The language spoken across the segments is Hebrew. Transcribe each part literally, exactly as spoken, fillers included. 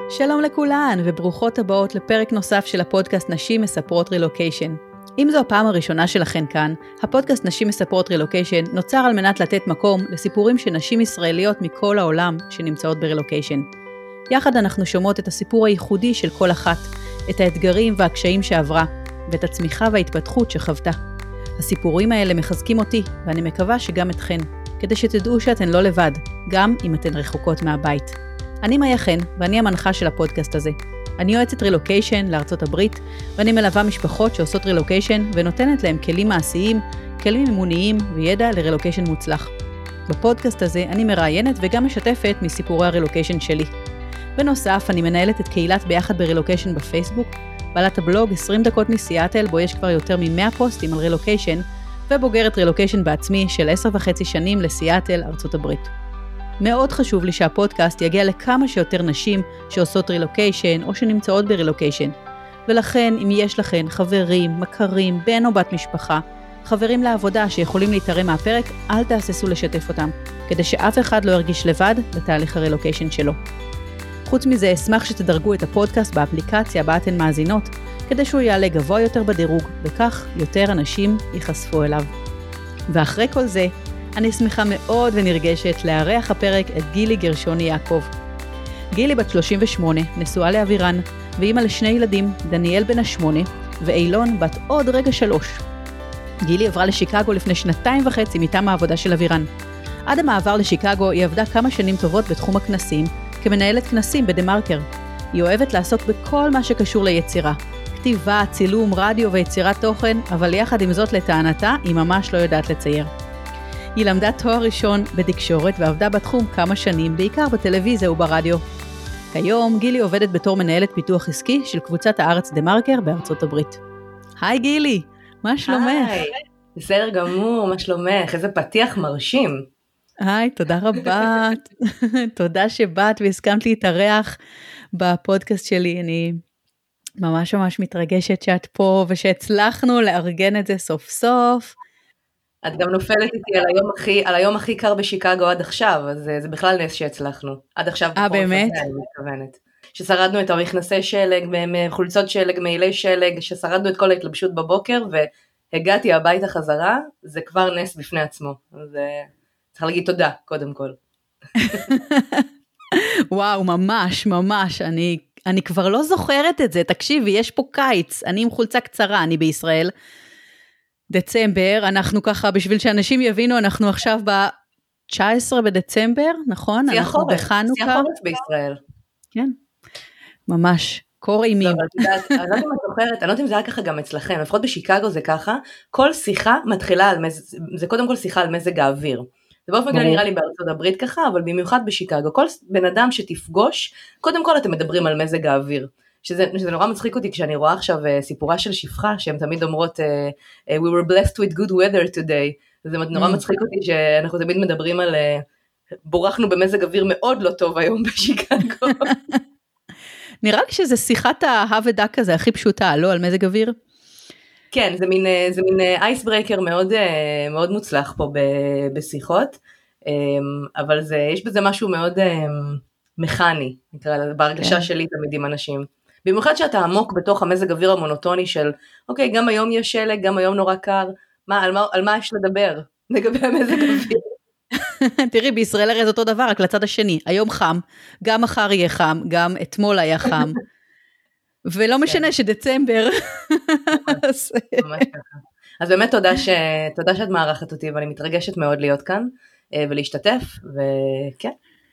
שלום לכולן וברוכות הבאות לפרק נוסף של הפודקאסט נשים מספרות רילוקיישן. אם זו הפעם הראשונה שלכן כאן, הפודקאסט נשים מספרות רילוקיישן נוצר על מנת לתת מקום לסיפורים של נשים ישראליות מכל העולם שנמצאות ברילוקיישן. יחד אנחנו שומעות את הסיפור הייחודי של כל אחת, את האתגרים והקשיים שעברה, ואת הצמיחה וההתפתחות שחוותה. הסיפורים האלה מחזקים אותי, ואני מקווה שגם אתכן, כדי שתדעו שאתן לא לבד, גם אם אתן רחוקות מהבית. אני מאיה חן, ואני המנחה של הפודקאסט הזה. אני יועצת רילוקיישן לארצות הברית, ואני מלווה משפחות שעושות רילוקיישן, ונותנת להם כלים מעשיים, כלים אימוניים וידע לרילוקיישן מוצלח. בפודקאסט הזה אני מראיינת וגם משתפת מסיפורי הרילוקיישן שלי. בנוסף, אני מנהלת את קהילת ביחד ברילוקיישן בפייסבוק, בעלת הבלוג עשרים דקות מסיאטל, בו יש כבר יותר מ-מאה פוסטים על רילוקיישן, ובוגרת רילוקיישן בעצמי של עשר וחצי שנים לסיאטל, ארצות הברית. מאוד חשוב לי שהפודקאסט יגיע לכמה שיותר נשים שעושות רילוקיישן או שנמצאות ברילוקיישן. ולכן, אם יש לכן חברים, מכרים, בן או בת משפחה, חברים לעבודה שיכולים להתערם מהפרק, אל תהססו לשתף אותם, כדי שאף אחד לא ירגיש לבד בתהליך הרילוקיישן שלו. חוץ מזה, אשמח שתדרגו את הפודקאסט באפליקציה בה אתן מאזינות, כדי שהוא יעלה גבוה יותר בדירוג, וכך יותר אנשים ייחשפו אליו. ואחרי כל זה, אני שמחה מאוד ונרגשת לארח הפרק את גילי גרשוני יעקב. גילי בת שלושים ושמונה, נשואה לאבירן, ואימא לשני ילדים, דניאל בן השמונה, ואילון בת עוד רגע שלוש. גילי עברה לשיקגו לפני שנתיים וחצי מטעם העבודה של אבירן. עד המעבר לשיקגו היא עבדה כמה שנים טובות בתחום הכנסים, כמנהלת כנסים בדה-מרקר. היא אוהבת לעסוק בכל מה שקשור ליצירה. כתיבה, צילום, רדיו ויצירת תוכן, אבל יחד עם זאת לטענתה, היא ממש לא יודעת לצייר. היא למדה תואר ראשון בתקשורת ועבדה בתחום כמה שנים, בעיקר בטלוויזיה וברדיו. כיום גילי עובדת בתור מנהלת פיתוח עסקי של קבוצת הארץ דה-מרקר בארצות הברית. היי גילי, מה שלומך? היי, בסדר גמור, מה שלומך? איזה פתיח מרשים. היי, תודה רבה. תודה שבאת והסכמת להתארח בפודקאסט שלי. אני ממש ממש מתרגשת שאת פה ושהצלחנו לארגן את זה סוף סוף. את גם נופלת איתי על היום הכי, על היום הכי קר בשיקגו עד עכשיו, אז זה, זה בכלל נס שהצלחנו. עד עכשיו. אה, באמת? אני מתכוונת. ששרדנו את המכנסי שלג, חולצות שלג, מעילי שלג, ששרדנו את כל ההתלבשות בבוקר, והגעתי הביתה חזרה, זה כבר נס בפני עצמו. אז צריך להגיד תודה, קודם כל. וואו, ממש, ממש. אני, אני כבר לא זוכרת את זה. תקשיבי, יש פה קיץ. אני עם חולצה קצרה, אני בישראל. דצמבר, אנחנו ככה, בשביל שאנשים יבינו, אנחנו עכשיו ב-תשעה עשר בדצמבר, נכון? שיא אנחנו החורף, בחנוכה. שיא החורף בישראל. כן, ממש, קור אימים. אני לא יודעת אם את זוכרת, אני לא יודעת אם זה היה ככה גם אצלכם, לפחות בשיקגו זה ככה, כל שיחה מתחילה על מזג, זה קודם כל שיחה על מזג האוויר. זה באופן כלל נראה לי בארצות הברית ככה, אבל במיוחד בשיקגו, כל בן אדם שתפגוש, קודם כל אתם מדברים על מזג האוויר. שזה, שזה נורא מצחיק אותי כשאני רואה עכשיו סיפורה של שפחה, שהן תמיד אומרות, uh, we were blessed with good weather today, זה נורא מצחיק אותי שאנחנו תמיד מדברים על, uh, בורחנו במזג אוויר מאוד לא טוב היום בשיקגו. נראה לי שזה שיחת ההוודע כזה, הכי פשוטה, לא על מזג אוויר? כן, זה מין, זה מין אייסברייקר מאוד, מאוד מוצלח פה בשיחות, אבל זה, יש בזה משהו מאוד מכני, נקרא לזה, בהרגשה כן. שלי תמיד עם אנשים. במיוחד שאתה עמוק בתוך המזג אוויר המונוטוני של, אוקיי, גם היום יש שלג, גם היום נורא קר, מה, על מה, על מה יש לדבר לגבי המזג אוויר? תראי, בישראל הרי זה אותו דבר, רק לצד השני, היום חם, גם מחר יהיה חם, גם אתמול היה חם, ולא משנה שדצמבר. ממש ככה. אז באמת תודה ש... תודה שאת מערכת אותי, ואני מתרגשת מאוד להיות כאן, ולהשתתף, וכן.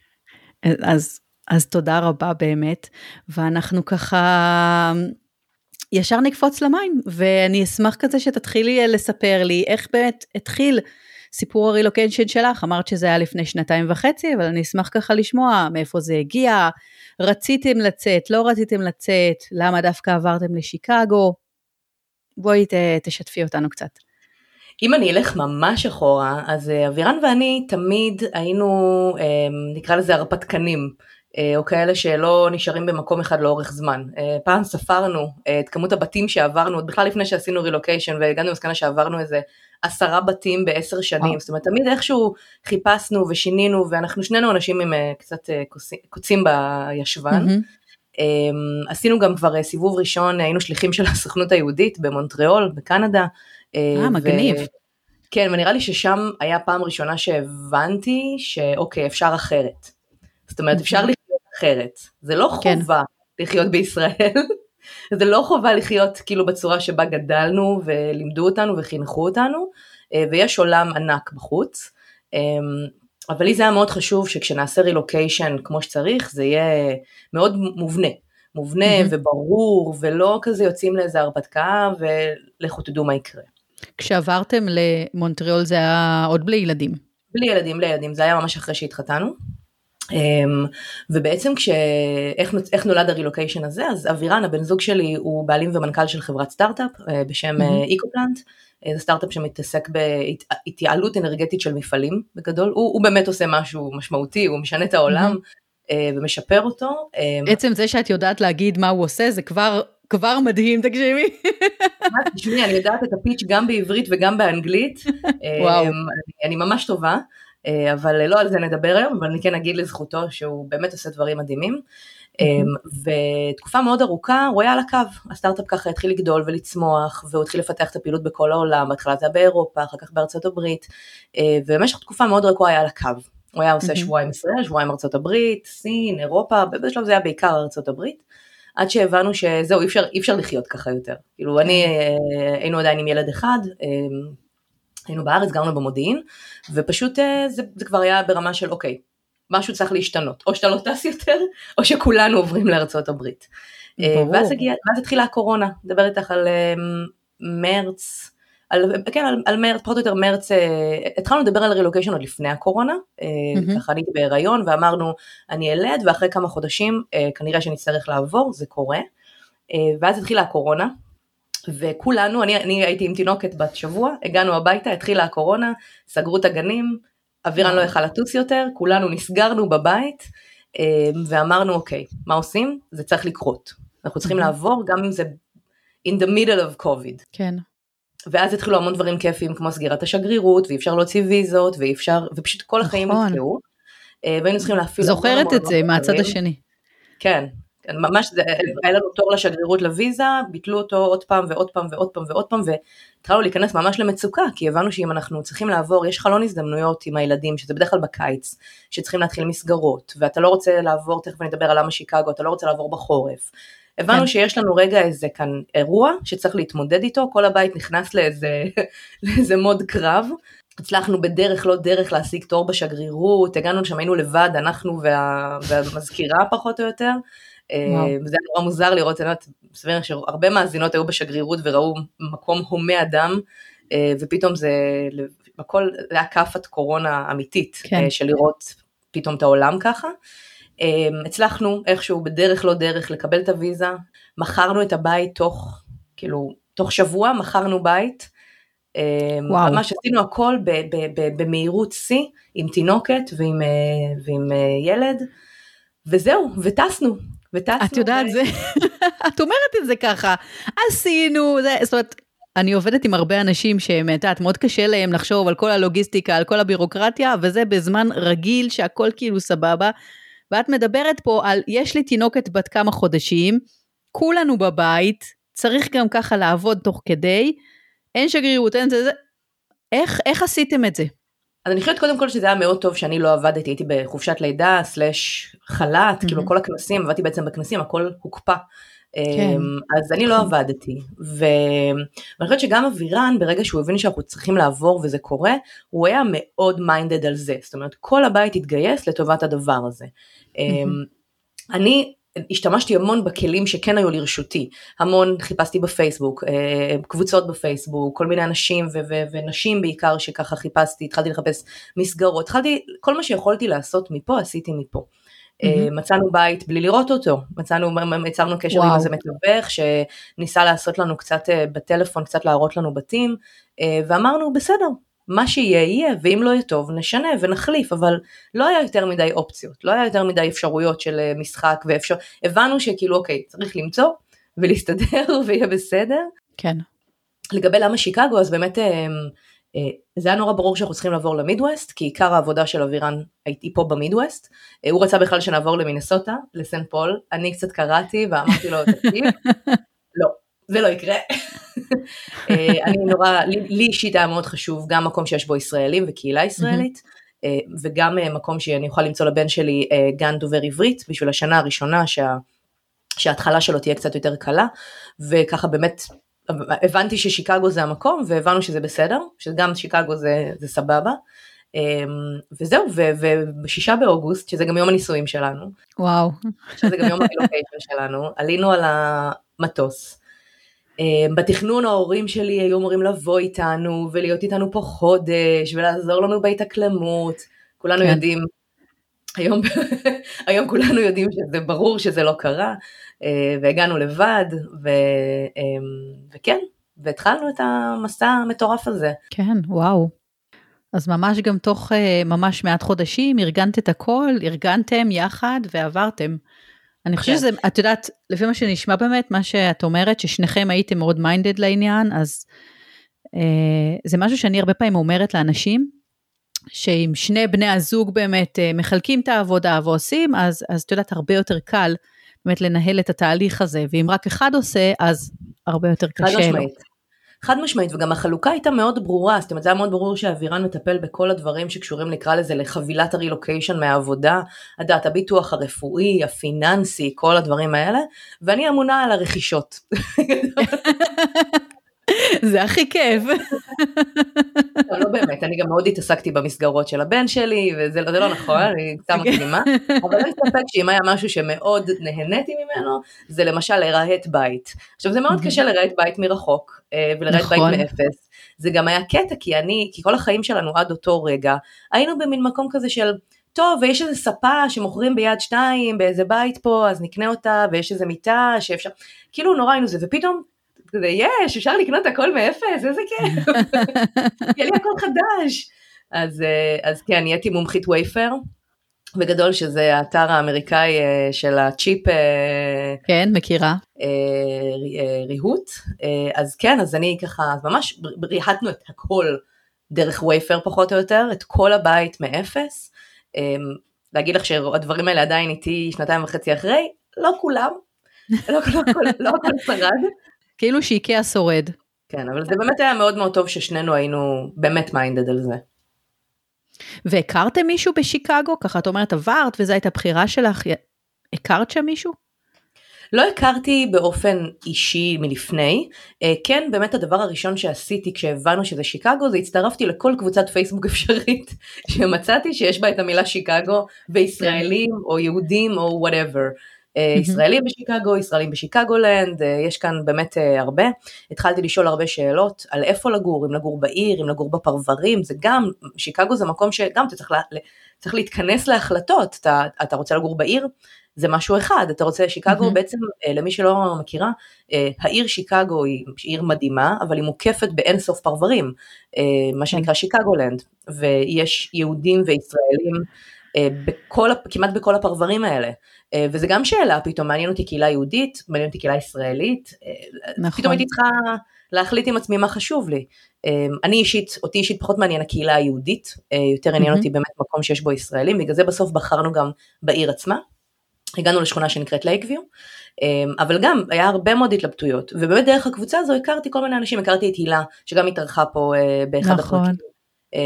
אז, אז תודה רבה באמת, ואנחנו ככה ישר נקפוץ למים, ואני אשמח כזה שתתחילי לספר לי איך באמת התחיל סיפור הרילוקיישן שלך. אמרת שזה היה לפני שנתיים וחצי, אבל אני אשמח ככה לשמוע מאיפה זה הגיע, רציתם לצאת, לא רציתם לצאת, למה דווקא עברתם לשיקגו, בואי ת, תשתפי אותנו קצת. אם אני אלך ממש אחורה, אז אבירן ואני תמיד היינו, נקרא לזה הרפתקנים, או כאלה שלא נשארים במקום אחד לאורך זמן. פעם ספרנו את כמות הבתים שעברנו, בכלל לפני שעשינו רילוקיישן, והגענו למסקנה שעברנו איזה עשרה בתים בעשר שנים, זאת אומרת, תמיד איכשהו חיפשנו ושינינו, ואנחנו שנינו אנשים עם קצת קוצים בישבן, עשינו גם כבר סיבוב ראשון, היינו שליחים של הסוכנות היהודית במונטריאול, בקנדה. אה, מגניב. כן, ונראה לי ששם היה פעם ראשונה שהבנתי שאוקיי, אפשר אחרת. זאת אומרת, אפשר לחיות אחרת. זה לא חובה לחיות בישראל, זה לא חובה לחיות כאילו בצורה שבה גדלנו ולימדו אותנו וחינכו אותנו, ויש עולם ענק בחוץ. אבל לי זה היה מאוד חשוב שכשנעשה רילוקיישן כמו שצריך, זה יהיה מאוד מובנה. מובנה mm-hmm. וברור, ולא כזה יוצאים לאיזה הרפתקה, ולכו תדעו מה יקרה. כשעברתם למונטריאול זה היה עוד בלי ילדים? בלי ילדים, בלי ילדים, זה היה ממש אחרי שהתחתנו, ובעצם כש... איך, איך נולד הרילוקיישן הזה, אז אבירן, הבן זוג שלי, הוא בעלים ומנכ"ל של חברת סטארט-אפ, בשם mm-hmm. איקופלנט, זה סטארט-אפ שמתעסק בהתייעלות אנרגטית של מפעלים, בגדול, הוא, הוא באמת עושה משהו משמעותי, הוא משנה את העולם, mm-hmm. ומשפר אותו. עצם זה שאת יודעת להגיד מה הוא עושה, זה כבר... כבר מדהים, תקשיבי. תשמעי, אני יודעת את הפיץ' גם בעברית וגם באנגלית. וואו. אני ממש טובה, אבל לא על זה נדבר היום, אבל אני כן אגיד לזכותו שהוא באמת עושה דברים מדהימים. ותקופה מאוד ארוכה, הוא היה על הקו. הסטארט-אפ ככה התחיל לגדול ולצמוח, והוא התחיל לפתח את הפעילות בכל העולם, בהתחלה זה היה באירופה, אחר כך בארצות הברית, ובמשך תקופה מאוד ארוכה הוא היה על הקו. הוא היה עושה שבועיים ישראל, שבועיים ארצות הברית, סין, אירופה, בשלב זה היה בעיקר ארצות הברית. עד שהבנו שזהו, אי אפשר, אי אפשר לחיות ככה יותר. כאילו, אני, היינו עדיין עם ילד אחד, היינו בארץ, גרנו במודיעין, ופשוט זה, זה כבר היה ברמה של, אוקיי, משהו צריך להשתנות, או שאתה לא טס יותר, או שכולנו עוברים לארצות הברית. ואז הגיע, ואז התחילה הקורונה, מדבר איתך על מרץ, על, כן, על, על מרץ, פחות או יותר מרץ, התחלנו לדבר על רילוקיישן עוד לפני הקורונה, mm-hmm. ככה אני בהיריון, ואמרנו, אני ילד, ואחרי כמה חודשים, כנראה שנצטרך לעבור, זה קורה, ואז התחילה הקורונה, וכולנו, אני, אני הייתי עם תינוקת בת שבוע, הגענו הביתה, התחילה הקורונה, סגרו את הגנים, אבירן לא יכל לטוס יותר, כולנו נסגרנו בבית, ואמרנו, אוקיי, מה עושים? זה צריך לקרות, אנחנו צריכים mm-hmm. לעבור, גם אם זה in the middle of COVID. כן. ואז התחילו המון דברים כיפים, כמו סגירת השגרירות, ואי אפשר להוציא ויזות, ואי אפשר, ופשוט כל החיים נתקעו, והיינו צריכים להפעיל... זוכרת את זה מהצד השני. כן, ממש, היה לנו תור לשגרירות לויזה, ביטלו אותו עוד פעם ועוד פעם ועוד פעם ועוד פעם, והתחלנו להיכנס ממש למצוקה, כי הבנו שאם אנחנו צריכים לעבור, יש חלון הזדמנויות עם הילדים, שזה בדרך כלל בקיץ, שצריכים להתחיל מסגרות, ואתה לא רוצה לעבור, תכף אני אדבר על למה שיקגו, אתה לא רוצה לעבור בחורף, הבנו כן. שיש לנו רגע איזה כאן אירוע שצריך להתמודד איתו, כל הבית נכנס לאיזה, לאיזה מוד קרב, הצלחנו בדרך לא דרך להשיג תור בשגרירות, הגענו לשם, היינו לבד, אנחנו וה, והמזכירה פחות או יותר, וואו. וזה היה נורא מוזר לראות, אני יודעת, סביר שהרבה מאזינות היו בשגרירות וראו מקום הומה אדם, ופתאום זה, הכל היה כאפת קורונה אמיתית, כן. של לראות פתאום את העולם ככה, הצלחנו איכשהו בדרך לא דרך לקבל את הוויזה, מכרנו את הבית תוך, כאילו, תוך שבוע מכרנו בית, וואו. ממש עשינו הכל ב- ב- ב- במהירות C, עם תינוקת ועם, ועם ילד, וזהו, וטסנו, וטסנו. את יודעת ו... זה, את אומרת את זה ככה, עשינו, זה, זאת אומרת, אני עובדת עם הרבה אנשים שהם, את מאוד קשה להם לחשוב על כל הלוגיסטיקה, על כל הבירוקרטיה, וזה בזמן רגיל שהכל כאילו סבבה, ואת מדברת פה על, יש לי תינוקת בת כמה חודשים, כולנו בבית, צריך גם ככה לעבוד תוך כדי, אין שגרירות, אין זה, זה. איך, איך עשיתם את זה? אז אני חושבת קודם כל שזה היה מאוד טוב שאני לא עבדתי, הייתי בחופשת לידה, סלש חל"ת, mm-hmm. כאילו כל הכנסים, עבדתי בעצם בכנסים, הכל הוקפא. כן. אז אני לא עבדתי, ואני חושבת שגם אבירן, ברגע שהוא הבין שאנחנו צריכים לעבור וזה קורה, הוא היה מאוד מיינדד על זה, זאת אומרת, כל הבית התגייס לטובת הדבר הזה. אני השתמשתי המון בכלים שכן היו לרשותי, המון חיפשתי בפייסבוק, קבוצות בפייסבוק, כל מיני אנשים ונשים בעיקר שככה חיפשתי, התחלתי לחפש מסגרות, התחלתי, כל מה שיכולתי לעשות מפה, עשיתי מפה. מצאנו בית בלי לראות אותו, מצאנו, יצרנו קשר עם איזה מתווך שניסה לעשות לנו קצת בטלפון, קצת להראות לנו בתים, ואמרנו בסדר, מה שיהיה יהיה, ואם לא יהיה טוב נשנה ונחליף, אבל לא היה יותר מדי אופציות, לא היה יותר מדי אפשרויות של משחק, ואפשר, הבנו שכאילו אוקיי, צריך למצוא ולהסתדר ויהיה בסדר. כן. לגבי למה שיקגו, אז באמת זה היה נורא ברור שאנחנו צריכים לעבור למידווסט, כי עיקר העבודה של אבירן הייתי פה במידווסט, הוא רצה בכלל שנעבור למינסוטה, לסן פול, אני קצת קראתי ואמרתי לו, תקשיב, לא, זה לא יקרה. אני נורא, לי אישית היה מאוד חשוב, גם מקום שיש בו ישראלים וקהילה ישראלית, וגם מקום שאני אוכל למצוא לבן שלי גן דובר עברית, בשביל השנה הראשונה שה, שההתחלה שלו תהיה קצת יותר קלה, וככה באמת הבנתי ששיקגו זה המקום, והבנו שזה בסדר, שגם שיקגו זה, זה סבבה, וזהו, ובשישה באוגוסט, שזה גם יום הנישואים שלנו, וואו, שזה גם יום הרילוקיישן שלנו, עלינו על המטוס, בתכנון ההורים שלי היו אמורים לבוא איתנו, ולהיות איתנו פה חודש, ולעזור לנו בהתאקלמות, כולנו כן. יודעים, היום, היום כולנו יודעים שזה ברור שזה לא קרה, והגענו לבד, ו, וכן, והתחלנו את המסע המטורף הזה. כן, וואו. אז ממש גם תוך ממש מעט חודשים, ארגנת את הכל, ארגנתם יחד ועברתם. אני חושבת שזה, את יודעת, לפי מה שנשמע באמת, מה שאת אומרת, ששניכם הייתם מאוד מיינדד לעניין, אז זה משהו שאני הרבה פעמים אומרת לאנשים, שאם שני בני הזוג באמת מחלקים את העבודה ועושים, אז, אז את יודעת, הרבה יותר קל באמת לנהל את התהליך הזה, ואם רק אחד עושה, אז הרבה יותר קשה. חד משמעית. חד משמעית, וגם החלוקה הייתה מאוד ברורה, זאת אומרת, זה היה מאוד ברור שאבירן מטפל בכל הדברים שקשורים לקרוא לזה, לחבילת הרילוקיישן מהעבודה, הדעת, הביטוח הרפואי, הפיננסי, כל הדברים האלה, ואני אמונה על הרכישות. זה הכי כיף. לא באמת, אני גם מאוד התעסקתי במסגרות של הבן שלי, וזה לא נכון, אני קצת מקדימה, אבל אני ספק שאם היה משהו שמאוד נהניתי ממנו, זה למשל לרהט בית. עכשיו זה מאוד קשה לרהט בית מרחוק, ולרהט בית מאפס, זה גם היה קטע, כי אני, כי כל החיים שלנו עד אותו רגע, היינו במין מקום כזה של, טוב, ויש איזה ספה שמוכרים ביד שתיים, באיזה בית פה, אז נקנה אותה, ויש איזה מיטה שאפשר, כאילו נורא היינו זה, ופתאום, כזה, יש, אפשר לקנות הכל מאפס, איזה כיף, יהיה לי הכל חדש. אז, אז כן, נהייתי מומחית וייפר, בגדול שזה האתר האמריקאי של הצ'יפ, כן, מכירה. ריהוט, אז כן, אז אני ככה, אז ממש ריהטנו את הכל דרך וייפר פחות או יותר, את כל הבית מאפס, להגיד לך שהדברים האלה עדיין איתי שנתיים וחצי אחרי, לא כולם, לא הכל שרד, כאילו שאיקאה שורד. כן, אבל זה באמת היה מאוד מאוד טוב ששנינו היינו באמת מיינדד על זה. והכרתם מישהו בשיקגו? ככה את אומרת עברת וזו הייתה בחירה שלך, הכרת שם מישהו? לא הכרתי באופן אישי מלפני, כן באמת הדבר הראשון שעשיתי כשהבנו שזה שיקגו, זה הצטרפתי לכל קבוצת פייסבוק אפשרית, שמצאתי שיש בה את המילה שיקגו, וישראלים או יהודים או whatever, ישראלים בשיקגו, ישראלים בשיקגולנד, יש כאן באמת הרבה, התחלתי לשאול הרבה שאלות על איפה לגור, אם לגור בעיר, אם לגור בפרברים, זה גם, שיקגו זה מקום שגם אתה צריך, לה, צריך להתכנס להחלטות, אתה, אתה רוצה לגור בעיר, זה משהו אחד, אתה רוצה, שיקגו בעצם, למי שלא מכירה, העיר שיקגו היא עיר מדהימה, אבל היא מוקפת באין סוף פרברים, מה שנקרא שיקגולנד, ויש יהודים וישראלים, בכל, כמעט בכל הפרברים האלה, וזה גם שאלה, פתאום מעניין אותי קהילה יהודית, מעניין אותי קהילה ישראלית, נכון. פתאום הייתי צריכה להחליט עם עצמי מה חשוב לי, אני אישית, אותי אישית פחות מעניין הקהילה היהודית, יותר עניין אותי באמת מקום שיש בו ישראלים, בגלל זה בסוף בחרנו גם בעיר עצמה, הגענו לשכונה שנקראת לייקוויו, אבל גם היה הרבה מאוד התלבטויות, ובאמת דרך הקבוצה הזו הכרתי כל מיני אנשים, הכרתי את הילה, שגם התארחה פה באחד נכון. הפרקים,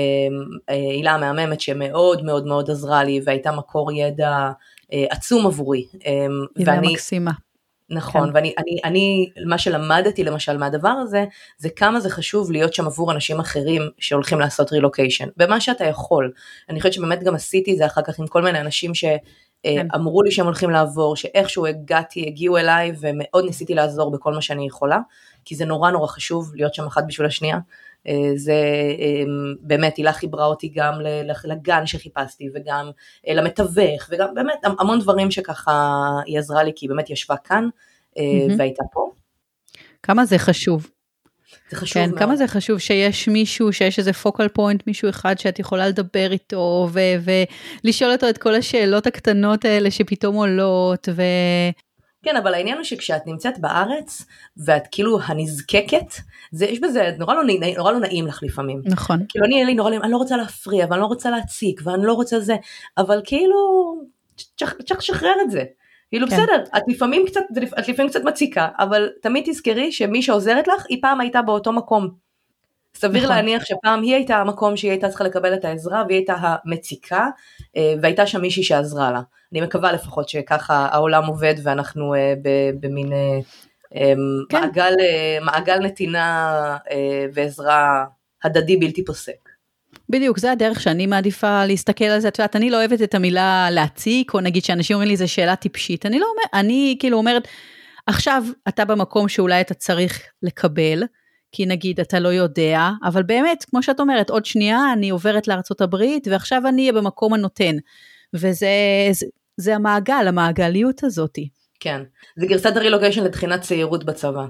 הילה המהממת שמאוד מאוד מאוד עזרה לי, והייתה מקור ידע עצום עבורי. הילה מקסימה. נכון, כן. ואני, אני, אני, מה שלמדתי למשל מהדבר הזה, זה כמה זה חשוב להיות שם עבור אנשים אחרים שהולכים לעשות רילוקיישן, במה שאתה יכול. אני חושבת שבאמת גם עשיתי זה אחר כך עם כל מיני אנשים שאמרו לי שהם הולכים לעבור, שאיכשהו הגעתי, הגיעו אליי, ומאוד ניסיתי לעזור בכל מה שאני יכולה, כי זה נורא נורא חשוב להיות שם אחת בשביל השנייה. זה באמת, הילה חיברה אותי גם לגן שחיפשתי, וגם למתווך, וגם באמת המון דברים שככה היא עזרה לי, כי היא באמת ישבה כאן, והייתה פה. כמה זה חשוב. זה חשוב מאוד. כן, כמה זה חשוב שיש מישהו, שיש איזה פוקל פוינט, מישהו אחד שאת יכולה לדבר איתו, ולשאול אותו את כל השאלות הקטנות האלה שפתאום עולות, ו... כן, אבל העניין הוא שכשאת נמצאת בארץ, ואת כאילו הנזקקת, זה, יש בזה, נורא לא, נעים, נורא לא נעים לך לפעמים. נכון. כאילו אני, לי נורא, אני לא רוצה להפריע, ואני לא רוצה להציק, ואני לא רוצה זה, אבל כאילו, צריך לשחרר את זה. כאילו כן. בסדר, את לפעמים קצת, את לפעמים קצת מציקה, אבל תמיד תזכרי שמי שעוזרת לך, היא פעם הייתה באותו מקום. סביר נכון. להניח שפעם היא הייתה המקום שהיא הייתה צריכה לקבל את העזרה, והיא הייתה המציקה, והייתה שם מישהי שעזרה לה. אני מקווה לפחות שככה העולם עובד, ואנחנו במין כן. מעגל, מעגל נתינה ועזרה הדדי בלתי פוסק. בדיוק, זה הדרך שאני מעדיפה להסתכל על זה. את יודעת, אני לא אוהבת את המילה להציק, או נגיד שאנשים אומרים לי, זה שאלה טיפשית. אני לא אומרת, אני כאילו אומרת, עכשיו אתה במקום שאולי אתה צריך לקבל, כי נגיד אתה לא יודע, אבל באמת, כמו שאת אומרת, עוד שנייה אני עוברת לארצות הברית, ועכשיו אני אהיה במקום הנותן. וזה זה, זה המעגל, המעגליות הזאת. כן, זה גרסת הרילוקיישן לתחינת צעירות בצבא.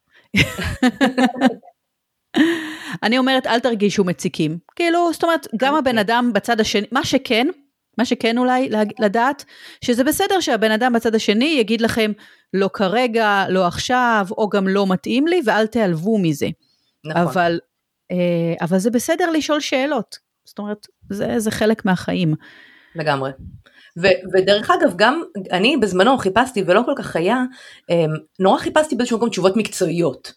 אני אומרת, אל תרגישו מציקים. כאילו, זאת אומרת, גם הבן אדם בצד השני, מה שכן, מה שכן אולי לדעת, שזה בסדר שהבן אדם בצד השני יגיד לכם, לא כרגע, לא עכשיו, או גם לא מתאים לי, ואל תעלבו מזה. נכון. אבל, אבל זה בסדר לשאול שאלות. זאת אומרת, זה, זה חלק מהחיים. לגמרי. ו- ודרך אגב, גם אני בזמנו חיפשתי, ולא כל כך היה, נורא חיפשתי באיזשהו מקום תשובות מקצועיות,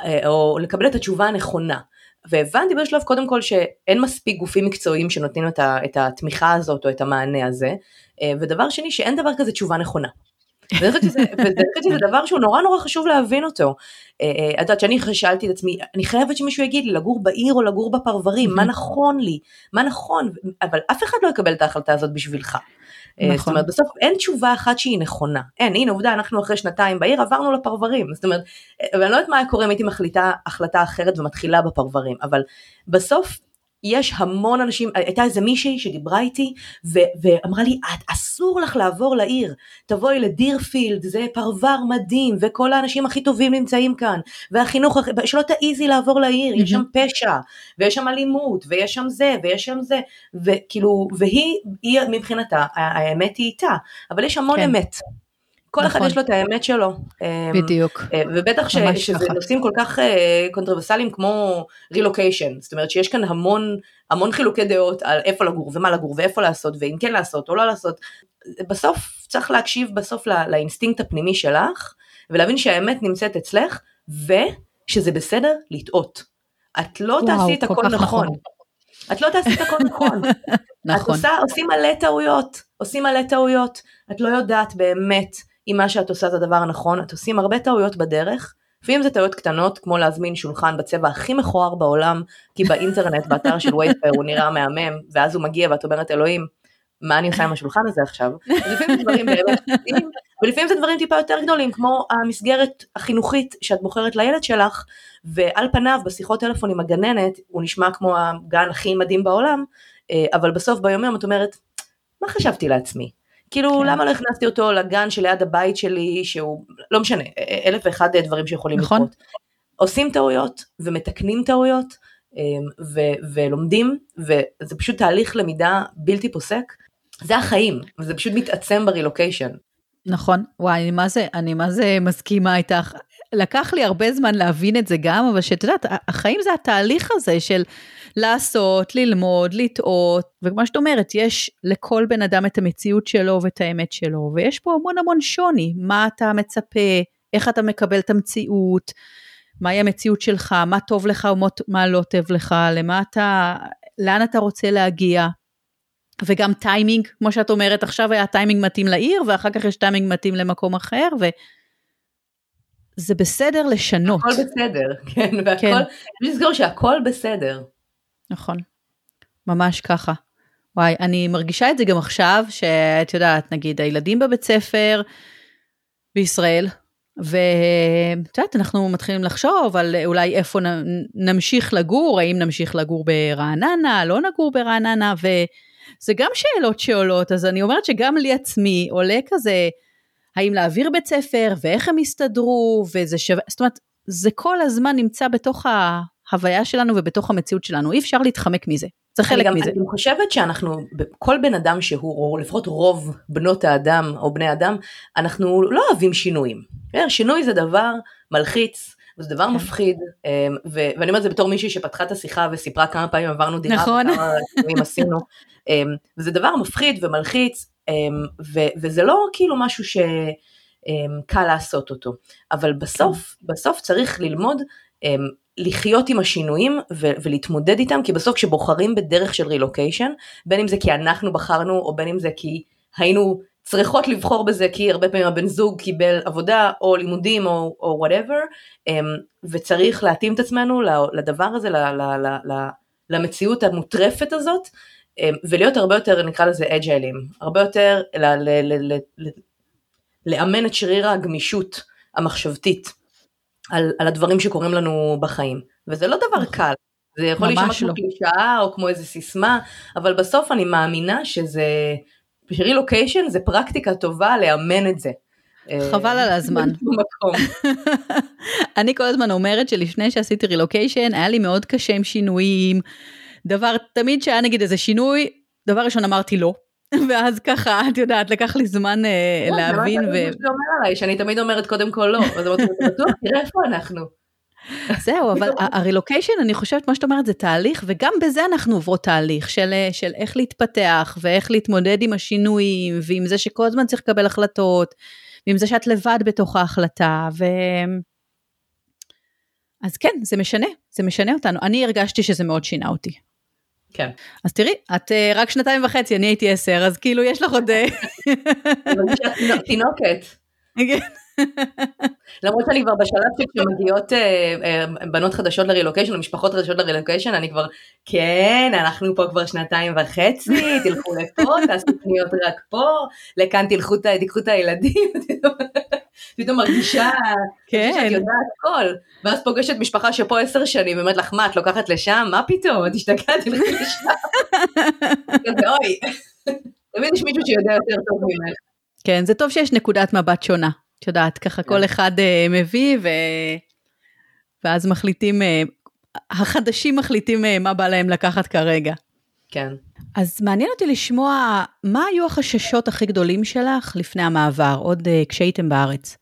או לקבל את התשובה הנכונה. והבנתי בשלב קודם כל שאין מספיק גופים מקצועיים שנותנים את, ה- את התמיכה הזאת, או את המענה הזה, ודבר שני, שאין דבר כזה תשובה נכונה. ואני חושבת שזה, שזה דבר שהוא נורא נורא חשוב להבין אותו. את יודעת שאני שאלתי את עצמי, אני חייבת שמישהו יגיד לי, לגור בעיר או לגור בפרברים, מה נכון לי, מה נכון, אבל אף אחד לא יקבל את ההחלטה הזאת בשבילך. זאת אומרת, בסוף אין תשובה אחת שהיא נכונה. אין, הנה עובדה, אנחנו אחרי שנתיים בעיר עברנו לפרברים. זאת אומרת, ואני לא יודעת מה קורה אם הייתי מחליטה החלטה אחרת ומתחילה בפרברים, אבל בסוף יש המון אנשים, הייתה איזה מישהי שדיברה איתי, ו- ואמרה לי, את אסור לך לעבור לעיר, תבואי לדירפילד, זה פרבר מדהים, וכל האנשים הכי טובים נמצאים כאן, והחינוך, שלא תעיזי לעבור לעיר, יש שם פשע, ויש שם אלימות, ויש שם זה, ויש שם זה, וכאילו, והיא, היא, מבחינתה, האמת היא איתה, אבל יש המון כן. אמת. כל נכון. אחד יש לו את האמת שלו. בדיוק. ובטח ש, שזה נושאים כל כך קונטרוברסליים כמו רילוקיישן, זאת אומרת שיש כאן המון, המון חילוקי דעות על איפה לגור ומה לגור ואיפה לעשות ואם כן לעשות או לא לעשות. בסוף צריך להקשיב בסוף לא, לאינסטינקט הפנימי שלך, ולהבין שהאמת נמצאת אצלך, ושזה בסדר לטעות. את לא וואו, תעשי את הכל נכון. נכון. את לא תעשי את הכל נכון. נכון. את עושה, עושים מלא טעויות, עושים מלא טעויות. את לא יודעת באמת אם מה שאת עושה זה הדבר הנכון, את עושים הרבה טעויות בדרך, לפעמים זה טעויות קטנות, כמו להזמין שולחן בצבע הכי מכוער בעולם, כי באינטרנט, באתר של וייפר, הוא נראה מהמם, ואז הוא מגיע ואת אומרת, אלוהים, מה אני עושה עם השולחן הזה עכשיו? ולפעמים זה דברים באמת קטנים, ולפעמים זה דברים טיפה יותר גדולים, כמו המסגרת החינוכית שאת בוחרת לילד שלך, ועל פניו, בשיחות טלפון עם הגננת, הוא נשמע כמו הגן הכי מדהים בעולם, אבל בסוף ביום את אומרת, מה חשבתי לעצמי? כאילו, כן. למה לא הכנסתי אותו לגן שליד הבית שלי, שהוא, לא משנה, אלף ואחד דברים שיכולים נכון. לקרות. עושים טעויות, ומתקנים טעויות, ו- ולומדים, וזה פשוט תהליך למידה בלתי פוסק. זה החיים, וזה פשוט מתעצם ברילוקיישן. נכון, וואי, אני מה זה, אני מה זה מסכימה איתך. לקח לי הרבה זמן להבין את זה גם, אבל שאת יודעת, החיים זה התהליך הזה של לעשות, ללמוד, לטעות, וכמו שאת אומרת, יש לכל בן אדם את המציאות שלו ואת האמת שלו, ויש פה המון המון שוני, מה אתה מצפה, איך אתה מקבל את המציאות, מהי המציאות שלך, מה טוב לך ומה לא טוב לך, למה אתה, לאן אתה רוצה להגיע, וגם טיימינג, כמו שאת אומרת, עכשיו היה טיימינג מתאים לעיר, ואחר כך יש טיימינג מתאים למקום אחר, וזה בסדר לשנות. הכל בסדר, כן, והכל, כן. לסגור שהכל בסדר. נכון, ממש ככה. וואי, אני מרגישה את זה גם עכשיו, שאת יודעת, נגיד, הילדים בבית ספר בישראל, ואת יודעת, אנחנו מתחילים לחשוב על אולי איפה נמשיך לגור, האם נמשיך לגור ברעננה, לא נגור ברעננה, וזה גם שאלות שעולות, אז אני אומרת שגם לי עצמי עולה כזה, האם להעביר בית ספר, ואיך הם יסתדרו, וזה שווה, זאת אומרת, זה כל הזמן נמצא בתוך ההוויה שלנו, ובתוך המציאות שלנו, אי אפשר להתחמק מזה. זה חלק גם, מזה. אני חושבת שאנחנו, כל בן אדם שהוא, או לפחות רוב בנות האדם או בני אדם, אנחנו לא אוהבים שינויים. שינוי זה דבר מלחיץ, זה דבר כן. מפחיד, ו- ואני אומרת זה בתור מישהי שפתחה את השיחה וסיפרה כמה פעמים עברנו דירה, נכון. וכמה שינויים עשינו, וזה דבר מפחיד ומלחיץ, ו- וזה לא כאילו משהו שקל לעשות אותו, אבל בסוף, כן. בסוף צריך ללמוד, לחיות עם השינויים ו- ולהתמודד איתם, כי בסוף כשבוחרים בדרך של רילוקיישן, בין אם זה כי אנחנו בחרנו, או בין אם זה כי היינו צריכות לבחור בזה, כי הרבה פעמים הבן זוג קיבל עבודה, או לימודים, או, או whatever, וצריך להתאים את עצמנו לדבר הזה, ל- ל- ל- ל- למציאות המוטרפת הזאת, ולהיות הרבה יותר, נקרא לזה אג'יילים, הרבה יותר ל- ל- ל- ל- לאמן את שריר הגמישות המחשבתית, על, על הדברים שקורים לנו בחיים, וזה לא דבר קל, זה יכול להישמע כמו קלישאה או כמו איזה סיסמה, אבל בסוף אני מאמינה שזה, רילוקיישן זה פרקטיקה טובה לאמן את זה. חבל על הזמן. אני כל הזמן אומרת שלפני שעשיתי רילוקיישן, היה לי מאוד קשה עם שינויים, דבר, תמיד שהיה נגיד איזה שינוי, דבר ראשון אמרתי לא, ואז ככה, את יודעת, לקח לי זמן להבין. זה מה שאומר עליי, שאני תמיד אומרת קודם כל לא, אז אמרתי, בטוח, תראה איפה אנחנו. זהו, אבל הרילוקיישן, אני חושבת, מה שאת אומרת, זה תהליך, וגם בזה אנחנו עוברות תהליך, של, של איך להתפתח, ואיך להתמודד עם השינויים, ועם זה שכל הזמן צריך לקבל החלטות, ועם זה שאת לבד בתוך ההחלטה, ו... אז כן, זה משנה, זה משנה אותנו. אני הרגשתי שזה מאוד שינה אותי. כן. אז תראי, את רק שנתיים וחצי, אני הייתי עשר, אז כאילו יש לך עוד... תינוקת. למרות שאני כבר בשלב שכשמגיעות בנות חדשות לרילוקיישן, או משפחות חדשות לרילוקיישן, אני כבר, כן, אנחנו פה כבר שנתיים וחצי, תלכו לפה, תעשו קניות רק פה, לכאן תלכו, תיקחו את הילדים, פתאום מרגישה שאת יודעת הכל, ואז פוגשת משפחה שפה עשר שנים, ואומרת לך, מה, את לוקחת לשם? מה פתאום? את השתגעת, תלכי לשם. אוי, תמיד יש מישהו שיודע יותר טוב ממך. כן, זה טוב שיש נקודת מבט שונה. את יודעת, ככה כל אחד מביא, ואז מחליטים, החדשים מחליטים מה בא להם לקחת כרגע. כן. אז מעניין אותי לשמוע, מה היו החששות הכי גדולים שלך לפני המעבר, עוד כשהייתם בארץ?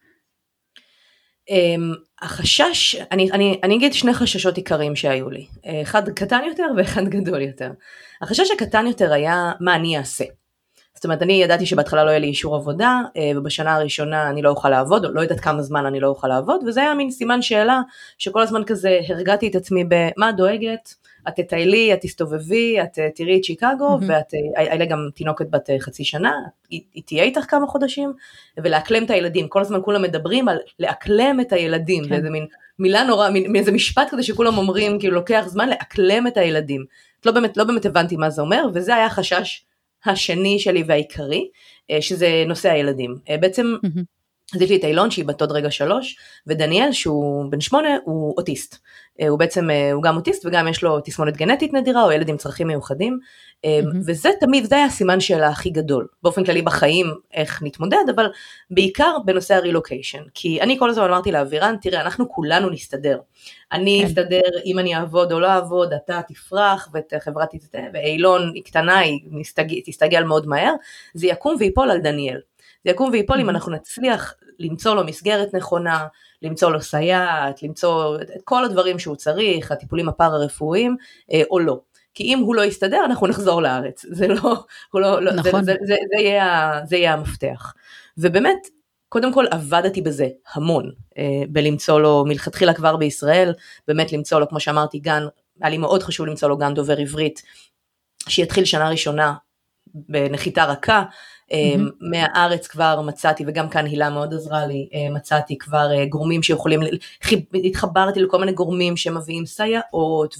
החשש, אני, אני, אני אגיד שני חששות עיקריים שהיו לי, אחד קטן יותר ואחד גדול יותר. החשש הקטן יותר היה מה אני אעשה. זאת אומרת, אני ידעתי שבהתחלה לא יהיה לי אישור עבודה, ובשנה הראשונה אני לא אוכל לעבוד, או לא יודעת כמה זמן אני לא אוכל לעבוד, וזה היה מין סימן שאלה, שכל הזמן כזה הרגעתי את עצמי במה דואגת, את תטיילי, את תסתובבי, את תראי את שיקגו, ואת, היה גם תינוקת בת חצי שנה, היא, היא תהיה איתך כמה חודשים, ולאקלם את הילדים, כל הזמן כולם מדברים על לאקלם את הילדים, כן. וזה מין מילה נורא, מין, איזה משפט כזה שכולם אומרים, כאילו לוקח זמן לאקלם את הילדים, לא באמת, לא באמת הבנתי מה זה אומר, וזה היה חשש השני שלי והעיקרי, שזה נושא הילדים. בעצם, אז יש לי את אילון שהיא בת עוד רגע שלוש, ודניאל שהוא בן שמונה, הוא אוטיסט. הוא בעצם, הוא גם אוטיסט וגם יש לו תסמונת גנטית נדירה, או ילד עם צרכים מיוחדים, וזה תמיד, זה היה הסימן שאלה הכי גדול, באופן כללי בחיים, איך נתמודד, אבל בעיקר בנושא הרילוקיישן, כי אני כל הזמן אמרתי לאווירן, תראה, אנחנו כולנו נסתדר, אני אסתדר אם אני אעבוד או לא אעבוד, אתה תפרח, ואת חברה תסתדר, ואילון היא קטנה, היא תסתגל מאוד מהר, זה יקום ויפול על דניאל, זה יקום ויפול אם אנחנו נצליח למצוא לו מסגרת נכונה, למצוא לו סייעת, למצוא את כל הדברים שהוא צריך, הטיפולים הפארה-רפואיים, או לא. כי אם הוא לא יסתדר, אנחנו נחזור לארץ. זה לא, הוא לא, לא נכון. זה, זה, זה, זה, יהיה, זה יהיה המפתח. ובאמת, קודם כל עבדתי בזה המון, בלמצוא לו, מלכתחילה כבר בישראל, באמת למצוא לו, כמו שאמרתי, גן, היה לי מאוד חשוב למצוא לו גן דובר עברית, שיתחיל שנה ראשונה בנחיתה רכה, Mm-hmm. מהארץ כבר מצאתי, וגם כאן הילה מאוד עזרה לי, מצאתי כבר גורמים שיכולים, התחברתי לכל מיני גורמים שמביאים סייעות,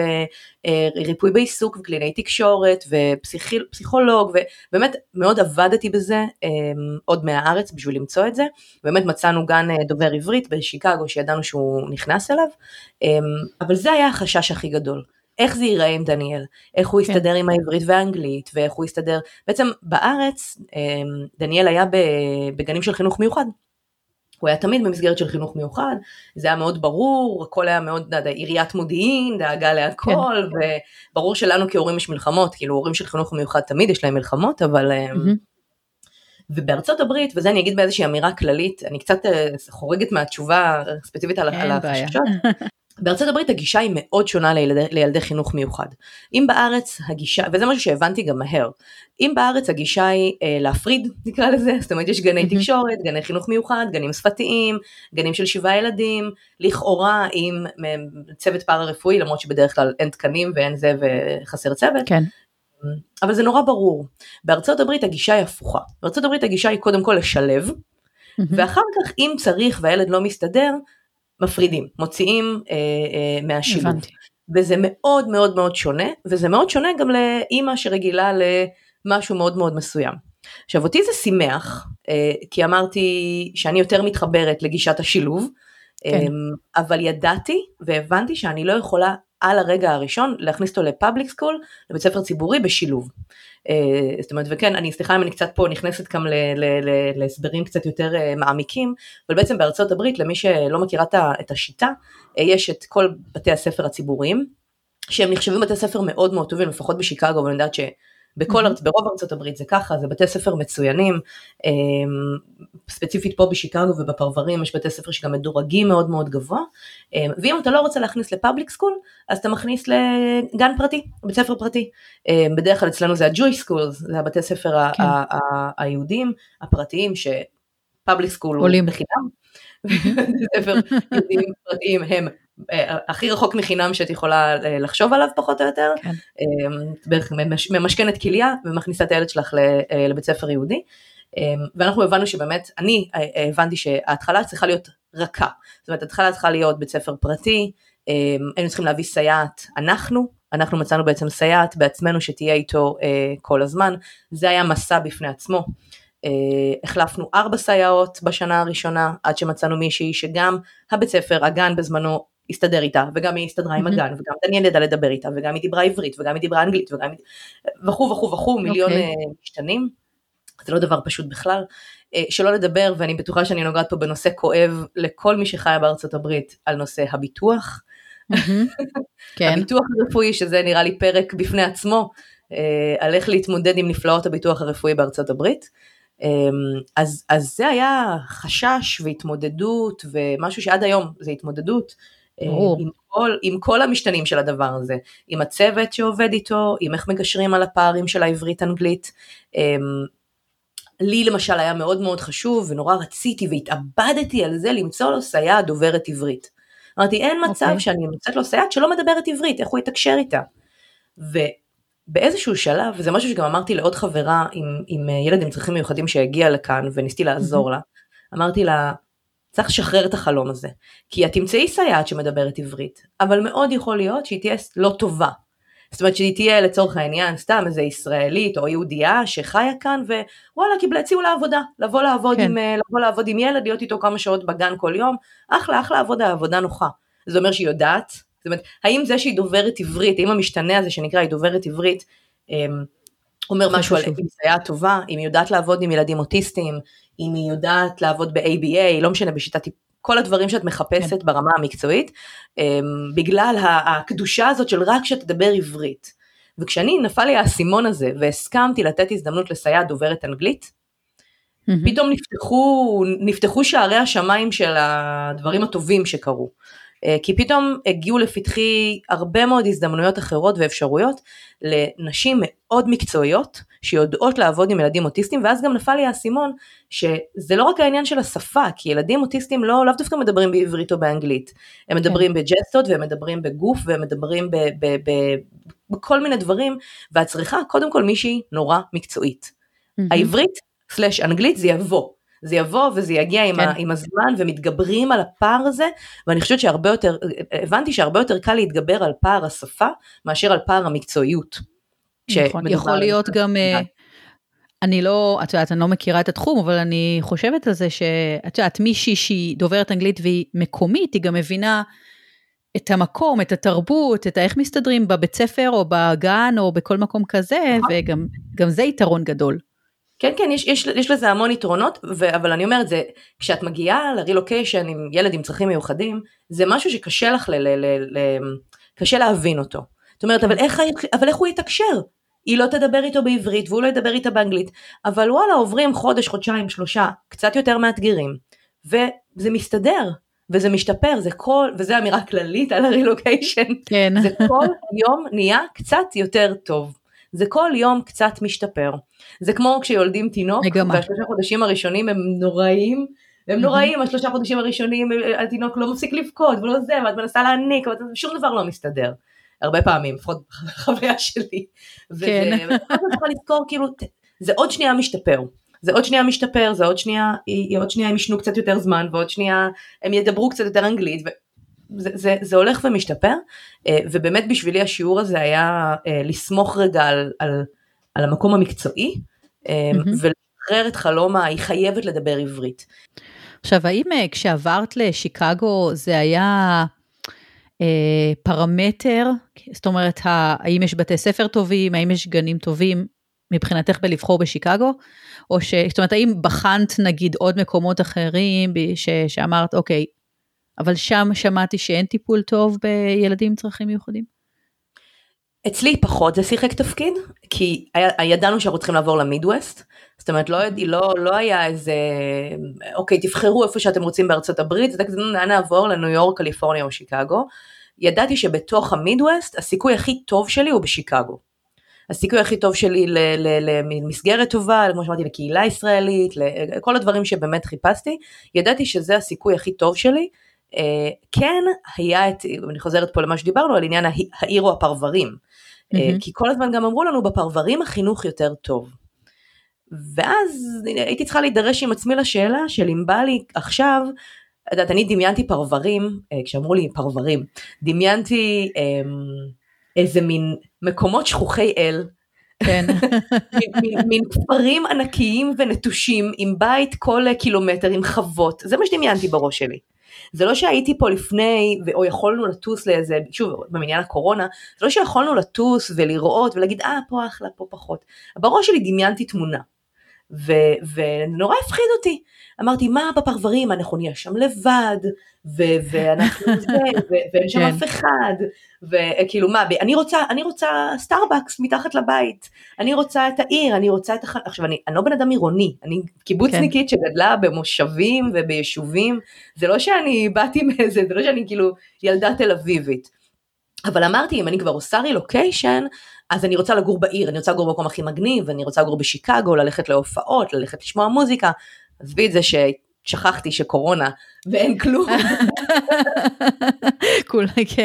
וריפוי בעיסוק, וקלינאי תקשורת, ופסיכולוג, ובאמת מאוד עבדתי בזה, עוד מהארץ בשביל למצוא את זה, באמת מצאנו גן דובר עברית בשיקגו, שידענו שהוא נכנס אליו, אבל זה היה החשש הכי גדול. איך זה ייראה עם דניאל, איך הוא יסתדר עם העברית והאנגלית, ואיך הוא יסתדר, בעצם בארץ, דניאל היה בגנים של חינוך מיוחד, הוא היה תמיד במסגרת של חינוך מיוחד, זה היה מאוד ברור, הכל היה מאוד, עיריית מודיעין, דאגה להכל, כן. וברור שלנו כהורים יש מלחמות, כאילו הורים של חינוך מיוחד תמיד יש להם מלחמות, אבל... Mm-hmm. ובארצות הברית, וזה אני אגיד באיזושהי אמירה כללית, אני קצת חורגת מהתשובה ספציפית על החששות, בארצות הברית הגישה היא מאוד שונה לילדי, לילדי חינוך מיוחד. אם בארץ הגישה, וזה משהו שהבנתי גם מהר, אם בארץ הגישה היא אה, להפריד, נקרא לזה, זאת אומרת יש גני תקשורת, גני חינוך מיוחד, גנים שפתיים, גנים של שבעה ילדים, לכאורה עם צוות פארה-רפואי, למרות שבדרך כלל אין תקנים ואין זה וחסר צוות, כן. אבל זה נורא ברור. בארצות הברית הגישה היא הפוכה. בארצות הברית הגישה היא קודם כל לשלב, ואחר כך אם צריך והילד לא מסתדר, מפרידים, מוציאים אה, אה, מהשילוב. הבנתי. וזה מאוד מאוד מאוד שונה, וזה מאוד שונה גם לאמא שרגילה למשהו מאוד מאוד מסוים. עכשיו אותי זה שימח, אה, כי אמרתי שאני יותר מתחברת לגישת השילוב, כן. אה, אבל ידעתי והבנתי שאני לא יכולה על הרגע הראשון להכניס אותו לפאבליק סקול, לבית ספר ציבורי בשילוב. זאת אומרת, וכן, אני סליחה אם אני קצת פה נכנסת גם להסברים קצת יותר מעמיקים, אבל בעצם בארצות הברית, למי שלא מכירה את השיטה, יש את כל בתי הספר הציבוריים, שהם נחשבים בתי ספר מאוד מאוד טובים, לפחות בשיקגו, אבל אני יודעת שבכל ארץ, ברוב ארצות הברית זה ככה, זה בתי ספר מצוינים, ספציפית פה בשיקגו ובפרברים, יש בתי ספר שגם מדורגים מאוד מאוד גבוה, ואם אתה לא רוצה להכניס לפאבליק סקול, אז אתה מכניס לגן פרטי, בית ספר פרטי, בדרך כלל אצלנו זה ה-Jewish schools, זה הבתי ספר כן. היהודים, הפרטיים, שפאבליק סקול הוא בחינם, בתי ספר יהודים פרטיים הם הכי רחוק מחינם שאת יכולה לחשוב עליו פחות או יותר, כן. בערך ממשכנת כליה ומכניסה את הילד שלך לבית ספר יהודי, ואנחנו הבנו שבאמת, אני הבנתי שההתחלה צריכה להיות רכה, זאת אומרת, ההתחלה צריכה להיות בית ספר פרטי, היינו צריכים להביא סייעת, אנחנו, אנחנו מצאנו בעצם סייעת בעצמנו שתהיה איתו כל הזמן, זה היה מסע בפני עצמו, החלפנו ארבע סייעות בשנה הראשונה, עד שמצאנו מישהי שגם הבית ספר, הגן בזמנו, הסתדר איתה, וגם היא הסתדרה עם הגן, וגם דניאל ידע לדבר איתה, וגם היא דיברה עברית, וגם היא דיברה אנגלית, וגם וכו וכו וכו, מיליון משתנים, זה לא דבר פשוט בכלל, שלא לדבר, ואני בטוחה שאני נוגעת פה בנושא כואב, לכל מי שחיה בארצות הברית, על נושא הביטוח, הביטוח הרפואי, שזה נראה לי פרק בפני עצמו, על איך להתמודד עם נפלאות הביטוח הרפואי בארצות הברית, אז, אז זה היה חשש והתמודדות, ומשהו שעד היום זה התמודדות, עם כל, עם כל המשתנים של הדבר הזה, עם הצוות שעובד איתו, עם איך מגשרים על הפערים של העברית-אנגלית, לי למשל היה מאוד מאוד חשוב, ונורא רציתי והתאבדתי על זה, למצוא לו סייעת דוברת עברית. אמרתי, אין מצב okay. שאני מוצאת לו סייעת שלא מדברת עברית, איך הוא יתקשר איתה. ובאיזשהו שלב, וזה משהו שגם אמרתי לעוד חברה, עם, עם ילד עם צרכים מיוחדים שהגיע לכאן, וניסיתי לעזור לה, אמרתי לה, צריך לשחרר את החלום הזה, כי את תמצאי סייעת שמדברת עברית, אבל מאוד יכול להיות שהיא תהיה לא טובה, זאת אומרת שהיא תהיה לצורך העניין, סתם איזה ישראלית או יהודייה שחיה כאן, ווואלה, קיבלה, הציעו לעבודה, לבוא לעבוד, כן. עם, לבוא לעבוד עם ילד, להיות איתו כמה שעות בגן כל יום, אחלה, אחלה עבודה, עבודה נוחה. זה אומר שהיא יודעת, זאת אומרת, האם זה שהיא דוברת עברית, האם המשתנה הזה שנקרא היא דוברת עברית, אומר משהו על סייעת טובה, אם היא יודעת לעבוד עם ילדים אוטיסטים, אם היא יודעת לעבוד ב-איי בי איי, לא משנה בשיטת, כל הדברים שאת מחפשת כן. ברמה המקצועית, בגלל הקדושה הזאת של רק שתדבר עברית. וכשאני נפל לי האסימון הזה, והסכמתי לתת הזדמנות לסייעת דוברת אנגלית, mm-hmm. פתאום נפתחו, נפתחו שערי השמיים של הדברים הטובים שקרו. כי פתאום הגיעו לפתחי הרבה מאוד הזדמנויות אחרות ואפשרויות לנשים מאוד מקצועיות שיודעות לעבוד עם ילדים אוטיסטים, ואז גם נפל לי האסימון שזה לא רק העניין של השפה, כי ילדים אוטיסטים לא, לא דווקא מדברים בעברית או באנגלית, הם מדברים בג'סטות והם מדברים בגוף והם מדברים ב, ב, ב, בכל מיני דברים, ואת צריכה קודם כל מישהי נורא מקצועית. העברית סלש אנגלית זה יבוא, זה יבוא וזה יגיע עם, כן. ה, עם הזמן, ומתגברים על הפער הזה, ואני חושבת שהרבה יותר, הבנתי שהרבה יותר קל להתגבר על פער השפה, מאשר על פער המקצועיות. נכון, יכול להיות גם, אני לא, את יודעת, אני לא מכירה את התחום, אבל אני חושבת על זה, שאת יודעת, מישהי שהיא דוברת אנגלית והיא מקומית, היא גם מבינה את המקום, את התרבות, את איך מסתדרים בבית ספר, או בגן, או בכל מקום כזה, וגם גם זה יתרון גדול. כן, כן, יש, יש, יש לזה המון יתרונות, ו, אבל אני אומרת, זה, כשאת מגיעה לרילוקיישן עם ילד עם צרכים מיוחדים, זה משהו שקשה לך, ל, ל, ל, ל, קשה להבין אותו. זאת אומרת, אבל איך, אבל איך הוא יתקשר? היא לא תדבר איתו בעברית, והוא לא ידבר איתה באנגלית, אבל וואלה, עוברים חודש, חודשיים, שלושה, קצת יותר מאתגרים, וזה מסתדר, וזה משתפר, זה כל, וזה אמירה כללית על הרילוקיישן, כן. זה כל יום נהיה קצת יותר טוב. זה כל יום קצת משתפר. זה כמו כשיולדים תינוק, והשלושה חודשים הראשונים הם נוראים, הם נוראים, השלושה חודשים הראשונים, התינוק לא מפסיק לבכות, ולא זה, ואת מנסה להניק, ושום דבר לא מסתדר. הרבה פעמים, לפחות בחוויה שלי. כן. ואתה צריכה לזכור, כאילו, זה עוד שנייה משתפר. זה עוד שנייה משתפר, זה עוד שנייה, עוד שנייה הם ישנו קצת יותר זמן, ועוד שנייה הם ידברו קצת יותר אנגלית, זה, זה, זה הולך ומשתפר, ובאמת בשבילי השיעור הזה היה לסמוך רגע על, על, על המקום המקצועי, mm-hmm. ולשחרר את חלומה, היא חייבת לדבר עברית. עכשיו, האם כשעברת לשיקגו זה היה אה, פרמטר, זאת אומרת, האם יש בתי ספר טובים, האם יש גנים טובים, מבחינתך בלבחור בשיקגו, או ש, זאת אומרת, האם בחנת נגיד עוד מקומות אחרים, ש, שאמרת, אוקיי, אבל שם שמעתי שאין טיפול טוב בילדים עם צרכים מיוחדים? אצלי פחות זה שיחק תפקיד, כי ידענו שאנחנו צריכים לעבור למידווסט, זאת אומרת, לא, לא, לא היה איזה, אוקיי, תבחרו איפה שאתם רוצים בארצות הברית, זה כזה נעבור לניו יורק, קליפורניה או שיקגו, ידעתי שבתוך המידווסט, הסיכוי הכי טוב שלי הוא בשיקגו. הסיכוי הכי טוב שלי למסגרת טובה, כמו שאמרתי, לקהילה ישראלית, לכל הדברים שבאמת חיפשתי, ידעתי שזה הסיכוי הכי טוב שלי, כן היה את, אני חוזרת פה למה שדיברנו, על עניין העיר או הפרברים, כי כל הזמן גם אמרו לנו, בפרברים החינוך יותר טוב, ואז הייתי צריכה להידרש עם עצמי לשאלה, של אם בא לי עכשיו, יודעת, אני דמיינתי פרברים, כשאמרו לי פרברים, דמיינתי איזה מין מקומות שכוחי אל, כן. מין, מין כפרים ענקיים ונטושים, עם בית כל קילומטר, עם חוות, זה מה שדמיינתי בראש שלי. זה לא שהייתי פה לפני, או יכולנו לטוס לאיזה, שוב, במניין הקורונה, זה לא שיכולנו לטוס ולראות ולהגיד, אה, פה אחלה, פה פחות. בראש שלי דמיינתי תמונה, ו- ונורא הפחיד אותי. אמרתי, מה בפרברים, אנחנו נהיה שם לבד, ו- ואנחנו זה, ו- ואין שם אף אחד, וכאילו מה, אני רוצה, אני רוצה סטארבקס מתחת לבית, אני רוצה את העיר, אני רוצה את הח... עכשיו, אני, אני לא בן אדם עירוני, אני קיבוצניקית כן. שגדלה במושבים וביישובים, זה לא שאני באתי מאיזה, זה לא שאני כאילו ילדה תל אביבית, אבל אמרתי, אם אני כבר עושה רילוקיישן, אז אני רוצה לגור בעיר, אני רוצה לגור במקום הכי מגניב, אני רוצה לגור בשיקגו, ללכת להופעות, ללכת לשמוע מוזיקה, אז בי את זה ששכחתי שקורונה, ואין כלום. כולה כן.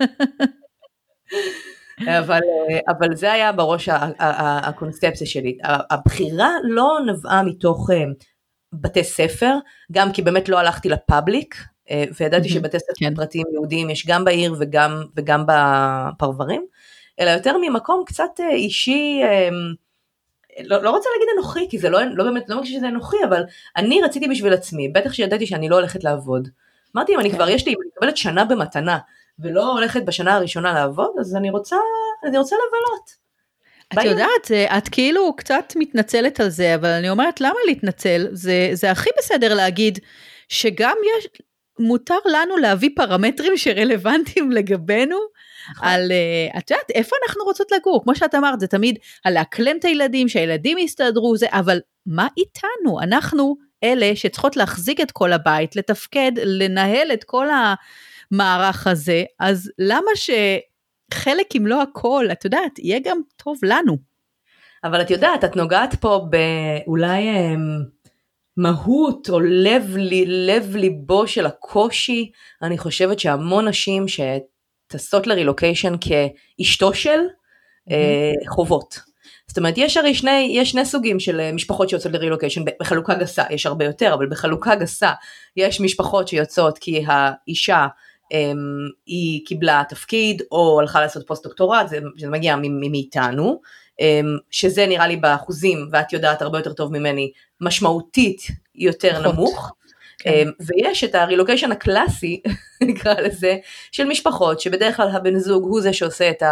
אבל, אבל זה היה בראש הקונספציה שלי. הבחירה לא נבעה מתוך בתי ספר, גם כי באמת לא הלכתי לפאבליק, וידעתי שבתי ספר פרטיים יהודיים יש גם בעיר וגם, וגם בפרברים, אלא יותר ממקום קצת אישי, לא, לא רוצה להגיד אנוכי, כי זה לא, לא באמת, לא מרגיש שזה אנוכי, אבל אני רציתי בשביל עצמי, בטח שידעתי שאני לא הולכת לעבוד. אמרתי, אם אני כבר, יש לי, אם אני מקבלת שנה במתנה, ולא הולכת בשנה הראשונה לעבוד, אז אני רוצה, אני רוצה לבלות. את יודעת, את כאילו קצת מתנצלת על זה, אבל אני אומרת, למה להתנצל? זה, זה הכי בסדר להגיד, שגם יש, מותר לנו להביא פרמטרים שרלוונטיים לגבינו, על, את יודעת, איפה אנחנו רוצות לגור? כמו שאת אמרת, זה תמיד על להקלם את הילדים, שהילדים יסתדרו, זה, אבל מה איתנו? אנחנו אלה שצריכות להחזיק את כל הבית, לתפקד, לנהל את כל המערך הזה, אז למה שחלק אם לא הכל, את יודעת, יהיה גם טוב לנו. אבל את יודעת, את נוגעת פה באולי מהות או לב, לב ליבו של הקושי, אני חושבת שהמון נשים שטסות לרילוקיישן כאשתו של mm-hmm. חובות. זאת אומרת, יש הרי שני, יש שני סוגים של משפחות שיוצאות לרילוקיישן, בחלוקה גסה, יש הרבה יותר, אבל בחלוקה גסה, יש משפחות שיוצאות כי האישה, היא קיבלה תפקיד, או הלכה לעשות פוסט דוקטורט, זה, זה מגיע מאיתנו, שזה נראה לי באחוזים, ואת יודעת הרבה יותר טוב ממני, משמעותית יותר נמוך, כן. ויש את הרילוקיישן הקלאסי, נקרא לזה, של משפחות, שבדרך כלל הבן זוג הוא זה שעושה את, ה,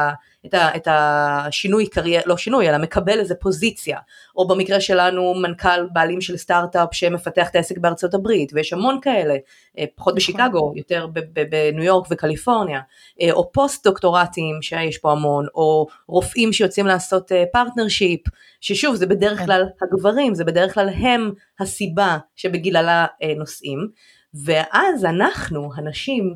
את, ה, את השינוי קריירה, לא שינוי, אלא מקבל איזה פוזיציה, או במקרה שלנו מנכ"ל בעלים של סטארט-אפ שמפתח את העסק בארצות הברית, ויש המון כאלה, פחות בשיקגו, יותר בניו יורק וקליפורניה, או פוסט דוקטורטים שיש פה המון, או רופאים שיוצאים לעשות פרטנרשיפ, ששוב זה בדרך כלל הגברים, זה בדרך כלל הם הסיבה שבגללה נוסעים, ואז אנחנו, הנשים,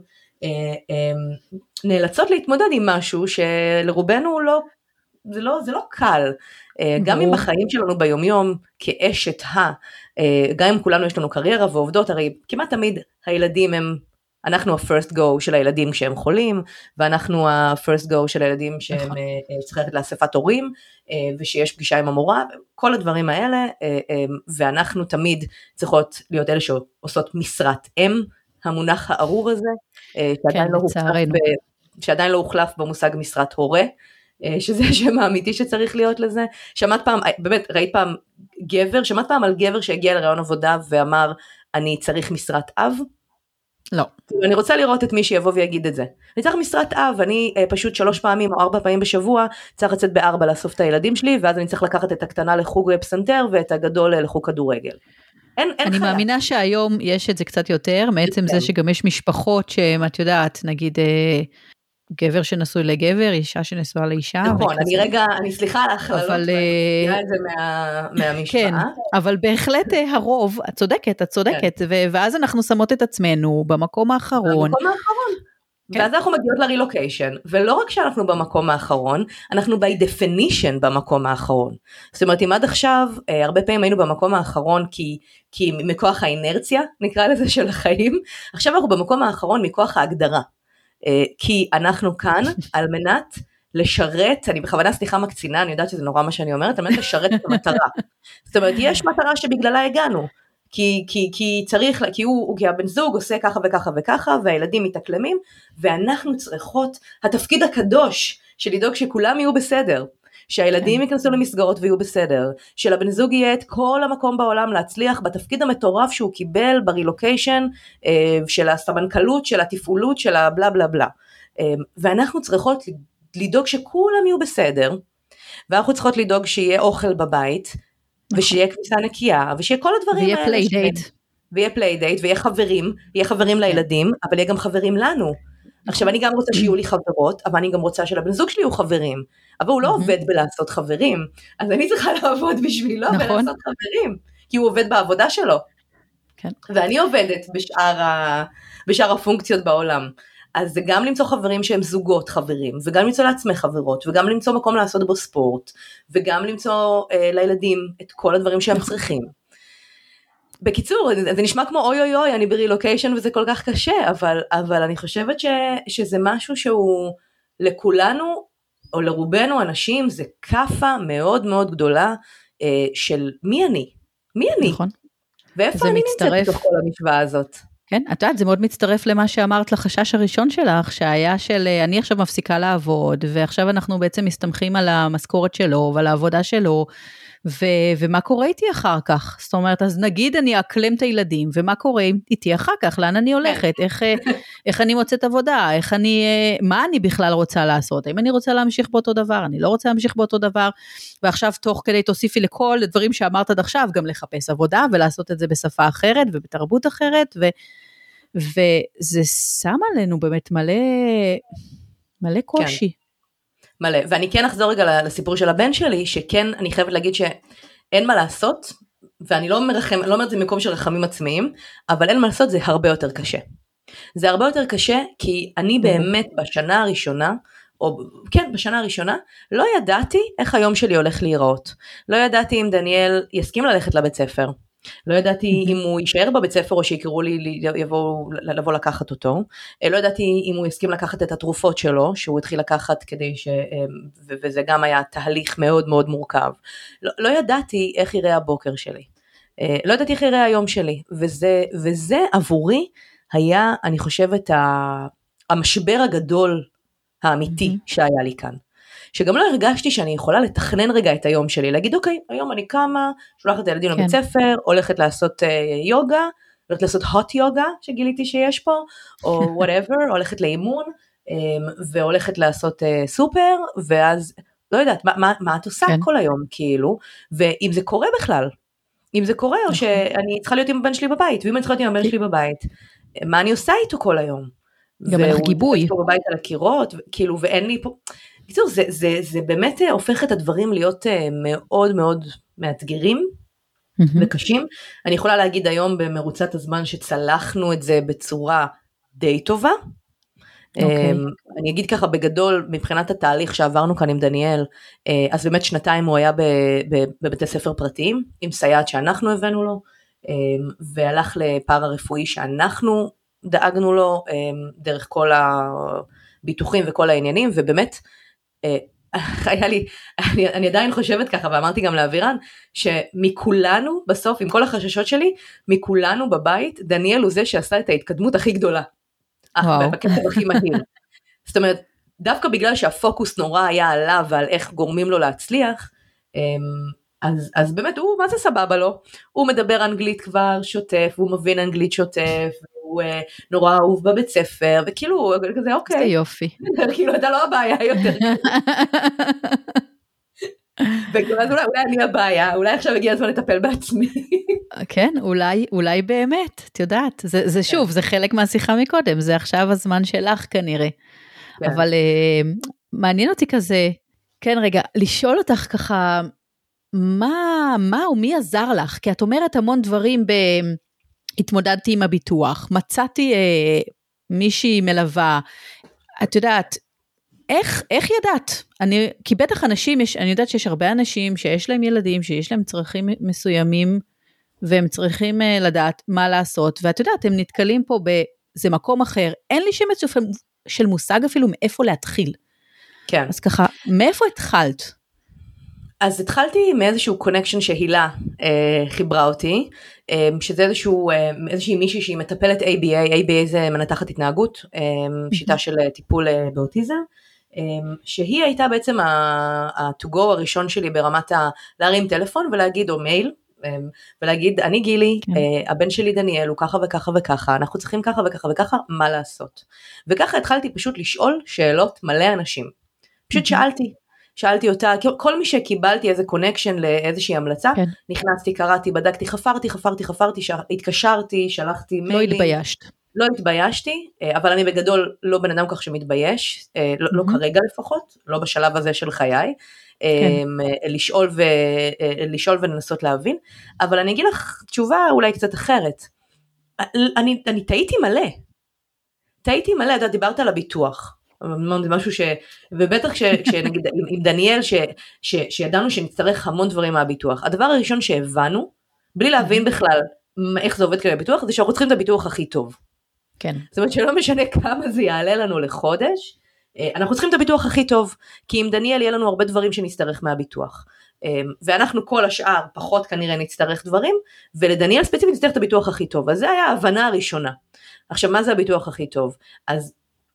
נאלצות להתמודד עם משהו שלרובנו לא, זה לא, זה לא קל, גם אם בחיים שלנו ביומיום כאשת ה, גם אם כולנו יש לנו קריירה ועובדות, הרי כמעט תמיד הילדים הם, אנחנו ה-first go של הילדים כשהם חולים, ואנחנו ה-first go של הילדים שהם צריכים ללכת לאספת הורים, ושיש פגישה עם המורה, כל הדברים האלה, ואנחנו תמיד צריכות להיות אלה שעושות משרת אם, המונח הארור הזה, שעדיין, לא ב, שעדיין לא הוחלף במושג משרת הורה, שזה השם האמיתי שצריך להיות לזה. שמעת פעם, באמת ראית פעם גבר, שמעת פעם על גבר שהגיע לרעיון עבודה ואמר אני צריך משרת אב? לא. אני רוצה לראות את מי שיבוא ויגיד את זה. אני צריך משרת אב, אני פשוט שלוש פעמים או ארבע פעמים בשבוע, צריך לצאת בארבע לאסוף את הילדים שלי, ואז אני צריך לקחת את הקטנה לחוג פסנתר ואת הגדול לחוג כדורגל. אין, אין אני חיה. מאמינה שהיום יש את זה קצת יותר, מעצם יותר. זה שגם יש משפחות שאת יודעת, נגיד גבר שנשוי לגבר, אישה שנשואה לאישה. נכון, וכזה. אני רגע, אני סליחה על ההכללות, אבל... ואני מכירה את זה מה, מהמשוואה. כן, אבל בהחלט הרוב, את צודקת, את צודקת, כן. ו- ואז אנחנו שמות את עצמנו במקום האחרון. במקום האחרון. כן. ואז אנחנו מגיעות לרילוקיישן, ולא רק שאנחנו במקום האחרון, אנחנו by definition במקום האחרון. זאת אומרת, אם עד עכשיו, הרבה פעמים היינו במקום האחרון, כי, כי מכוח האינרציה, נקרא לזה של החיים, עכשיו אנחנו במקום האחרון מכוח ההגדרה. כי אנחנו כאן על מנת לשרת, אני בכוונה סליחה מקצינה, אני יודעת שזה נורא מה שאני אומרת, על מנת לשרת את המטרה. זאת אומרת, יש מטרה שבגללה הגענו. כי, כי, כי צריך, כי הוא, כי הבן זוג עושה ככה וככה וככה, והילדים מתאקלמים, ואנחנו צריכות, התפקיד הקדוש, של לדאוג שכולם יהיו בסדר, שהילדים ייכנסו למסגרות ויהיו בסדר, שלבן זוג יהיה את כל המקום בעולם להצליח, בתפקיד המטורף שהוא קיבל, ברילוקיישן, של הסמנכלות, של התפעולות, של הבלה בלה בלה, ואנחנו צריכות לדאוג שכולם יהיו בסדר, ואנחנו צריכות לדאוג שיהיה אוכל בבית, ושיהיה כניסה נקייה, ושיהיה כל הדברים ויהיה האלה. ויהיה פליי דייט. ויהיה פליי דייט, ויהיה חברים, יהיה חברים לילדים, אבל יהיה גם חברים לנו. עכשיו אני גם רוצה שיהיו לי חברות, אבל אני גם רוצה שלבן זוג שלי יהיו חברים, אבל הוא לא עובד בלעשות חברים, אז אני צריכה לעבוד בשבילו ולעשות חברים, כי הוא עובד בעבודה שלו. ואני עובדת בשאר, ה... בשאר הפונקציות בעולם. אז זה גם למצוא חברים שהם זוגות חברים, וגם למצוא לעצמי חברות, וגם למצוא מקום לעשות בו ספורט, וגם למצוא אה, לילדים את כל הדברים שהם צריכים. בקיצור, זה נשמע כמו אוי אוי אוי, אני ברילוקיישן וזה כל כך קשה, אבל, אבל אני חושבת ש, שזה משהו שהוא לכולנו, או לרובנו אנשים, זה קפה מאוד מאוד גדולה אה, של מי אני? מי אני? נכון. ואיפה אני מצטרף. נמצאת בתוך כל המשוואה הזאת? כן, את יודעת, זה מאוד מצטרף למה שאמרת לחשש הראשון שלך, שהיה של, אני עכשיו מפסיקה לעבוד, ועכשיו אנחנו בעצם מסתמכים על המשכורת שלו, ועל העבודה שלו, ו- ומה קורה איתי אחר כך? זאת אומרת, אז נגיד אני אקלם את הילדים, ומה קורה איתי אחר כך? לאן אני הולכת? איך, איך אני מוצאת עבודה? איך אני, מה אני בכלל רוצה לעשות? האם אני רוצה להמשיך באותו דבר? אני לא רוצה להמשיך באותו דבר, ועכשיו תוך כדי תוסיפי לכל הדברים שאמרת עד עכשיו, גם לחפש עבודה, ולעשות את זה בשפה אחרת, ובתרבות אחרת, ו... וזה שם עלינו באמת מלא, מלא קושי. כן. מלא, ואני כן אחזור רגע לסיפור של הבן שלי, שכן אני חייבת להגיד שאין מה לעשות, ואני לא מרחם, לא אומרת זה מקום של רחמים עצמיים, אבל אין מה לעשות, זה הרבה יותר קשה. זה הרבה יותר קשה, כי אני באמת בשנה הראשונה, או כן, בשנה הראשונה, לא ידעתי איך היום שלי הולך להיראות. לא ידעתי אם דניאל יסכים ללכת לבית ספר. לא ידעתי אם הוא יישאר בבית ספר, או שיקראו לי יבוא, לבוא לקחת אותו. לא ידעתי אם הוא יסכים לקחת את התרופות שלו, שהוא התחיל לקחת כדי ש... וזה גם היה תהליך מאוד מאוד מורכב. לא, לא ידעתי איך יראה הבוקר שלי. לא ידעתי איך יראה היום שלי. וזה, וזה עבורי היה, אני חושבת, המשבר הגדול האמיתי שהיה לי כאן. שגם לא הרגשתי שאני יכולה לתכנן רגע את היום שלי, להגיד אוקיי, היום אני קמה, שולחת את הילדים לבית ספר, הולכת לעשות יוגה, הולכת לעשות hot יוגה, שגיליתי שיש פה, או whatever, הולכת לאימון, והולכת לעשות סופר, ואז לא יודעת, מה, מה, מה את עושה כן. כל היום, כאילו, ואם זה קורה בכלל, אם זה קורה, או שאני צריכה להיות עם הבן שלי בבית, ואם אני צריכה להיות עם הבן שלי בבית, מה אני עושה איתו כל היום? גם אין לך גיבוי. והוא בבית על הקירות, כאילו, ואין לי פה, בקיצור, זה, זה, זה באמת הופך את הדברים להיות מאוד מאוד מאתגרים, וקשים. אני יכולה להגיד היום במרוצת הזמן שצלחנו את זה בצורה די טובה. Okay. אני אגיד ככה בגדול, מבחינת התהליך שעברנו כאן עם דניאל, אז באמת שנתיים הוא היה בבתי ספר פרטיים, עם סייעת שאנחנו הבאנו לו, והלך לפארה רפואי שאנחנו דאגנו לו, דרך כל הביטוחים וכל העניינים, ובאמת, היה לי, אני, אני עדיין חושבת ככה, ואמרתי גם לאווירן, שמכולנו בסוף, עם כל החששות שלי, מכולנו בבית, דניאל הוא זה שעשה את ההתקדמות הכי גדולה. בקצב הכי מהיר. זאת אומרת, דווקא בגלל שהפוקוס נורא היה עליו, ועל איך גורמים לו להצליח, אז, אז באמת הוא, מה זה סבבה לו? הוא מדבר אנגלית כבר שוטף, הוא מבין אנגלית שוטף, הוא נורא אהוב בבית ספר, וכאילו, כזה אוקיי. זה יופי. כאילו, אתה לא הבעיה יותר. ואז אולי, אולי אני הבעיה, אולי עכשיו הגיע הזמן לטפל בעצמי. כן, אולי, אולי באמת, את יודעת, זה, זה שוב, זה חלק מהשיחה מקודם, זה עכשיו הזמן שלך כנראה. אבל uh, מעניין אותי כזה, כן רגע, לשאול אותך ככה, מה, מה ומי עזר לך? כי את אומרת המון דברים ב... התמודדתי עם הביטוח, מצאתי uh, מישהי מלווה, את יודעת, איך, איך ידעת? אני, כי בטח אנשים, יש, אני יודעת שיש הרבה אנשים שיש להם ילדים, שיש להם צרכים מסוימים, והם צריכים uh, לדעת מה לעשות, ואת יודעת, הם נתקלים פה באיזה מקום אחר, אין לי שמץ של מושג אפילו מאיפה להתחיל. כן. אז ככה, מאיפה התחלת? אז התחלתי מאיזשהו קונקשן שהילה אה, חיברה אותי, אה, שזה איזשהו, אה, איזושהי מישהי שהיא מטפלת איי בי איי, איי בי איי זה מנתחת התנהגות, אה, שיטה של טיפול אה, באוטיזם, אה, שהיא הייתה בעצם ה-to go הראשון שלי ברמת ה- להרים טלפון ולהגיד, או מייל, אה, ולהגיד, אני גילי, כן. אה, הבן שלי דניאל הוא ככה וככה וככה, אנחנו צריכים ככה וככה וככה, מה לעשות? וככה התחלתי פשוט לשאול שאלות מלא אנשים, פשוט שאלתי, שאלתי אותה, כל מי שקיבלתי איזה קונקשן לאיזושהי המלצה, כן. נכנסתי, קראתי, בדקתי, חפרתי, חפרתי, חפרתי, ש... התקשרתי, שלחתי מיילים. לא התביישת. לא התביישתי, אבל אני בגדול לא בן אדם כך שמתבייש, לא, mm-hmm. לא כרגע לפחות, לא בשלב הזה של חיי, כן. לשאול, ו... לשאול ולנסות להבין, אבל אני אגיד לך תשובה אולי קצת אחרת, אני, אני טעיתי מלא, טעיתי מלא, אתה דיברת על הביטוח, זה משהו ש... ובטח כש... כשנגיד עם דניאל ש... ש... שידענו שנצטרך המון דברים מהביטוח, הדבר הראשון שהבנו, בלי להבין בכלל איך זה עובד כלי הביטוח, זה שאנחנו צריכים את הביטוח הכי טוב. כן. זאת אומרת שלא משנה כמה זה יעלה לנו לחודש, אנחנו צריכים את הביטוח הכי טוב, כי עם דניאל יהיה לנו הרבה דברים שנצטרך מהביטוח, ואנחנו כל השאר פחות כנראה נצטרך דברים, ולדניאל ספציפית נצטרך את הביטוח הכי טוב, אז זה היה ההבנה הראשונה. עכשיו מה זה הביטוח הכי טוב? אז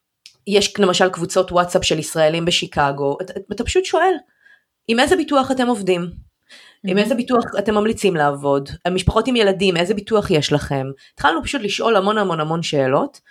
יש למשל קבוצות וואטסאפ של ישראלים בשיקגו, אתה, אתה פשוט שואל, עם איזה ביטוח אתם עובדים? Mm-hmm. עם איזה ביטוח אתם ממליצים לעבוד? המשפחות עם ילדים, איזה ביטוח יש לכם? התחלנו פשוט לשאול המון המון המון שאלות,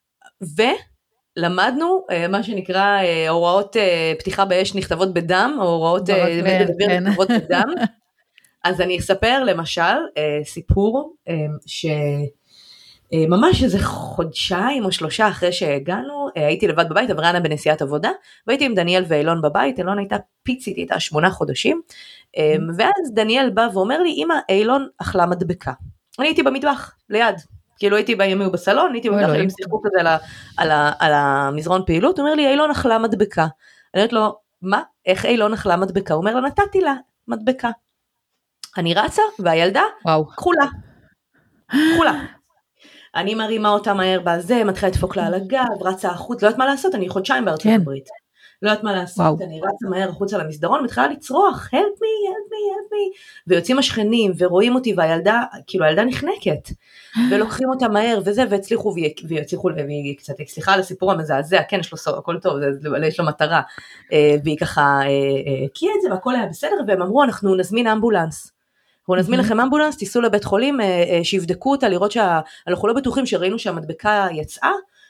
ולמדנו מה שנקרא הוראות פתיחה באש נכתבות בדם, או הוראות אוויר נכתבות בדם. אז אני אספר למשל סיפור ש... ממש איזה חודשיים או שלושה אחרי שהגענו, הייתי לבד בבית, אברנה בנסיעת עבודה, והייתי עם דניאל ואילון בבית, אילון הייתה פיצית, הייתה שמונה חודשים, ואז דניאל בא ואומר לי, אמא, אילון אכלה מדבקה. אני הייתי במטבח, ליד, כאילו הייתי בימי ובסלון, הייתי במטבח עם שיחות כזה על המזרון פעילות, הוא אומר לי, אילון אכלה מדבקה. אני אומרת לו, מה? איך אילון אכלה מדבקה? הוא אומר לה, נתתי לה מדבקה. אני רצה, והילדה, כחולה. כחולה. אני מרימה אותה מהר בזה, מתחילה לדפוק לה על הגב, רצה החוץ, לא יודעת מה לעשות, אני חודשיים בארצות כן. הברית. לא יודעת מה לעשות, וואו. אני רצה מהר החוצה למסדרון, מתחילה לצרוח, help me, help me, help me, ויוצאים השכנים, ורואים אותי, והילדה, כאילו הילדה נחנקת, ולוקחים אותה מהר, וזה, והצליחו, ויצליחו, והיא קצת, סליחה על הסיפור המזעזע, כן, יש לו סוף, הכל טוב, יש לו מטרה, והיא ככה, קיעה את זה, והכל היה בסדר, והם אמרו, אנחנו נזמין אמבולנס, אנחנו נזמין לכם אמבולנס, תיסעו לבית חולים, שיבדקו אותה, לראות שאנחנו לא בטוחים שראינו שהמדבקה יצאה,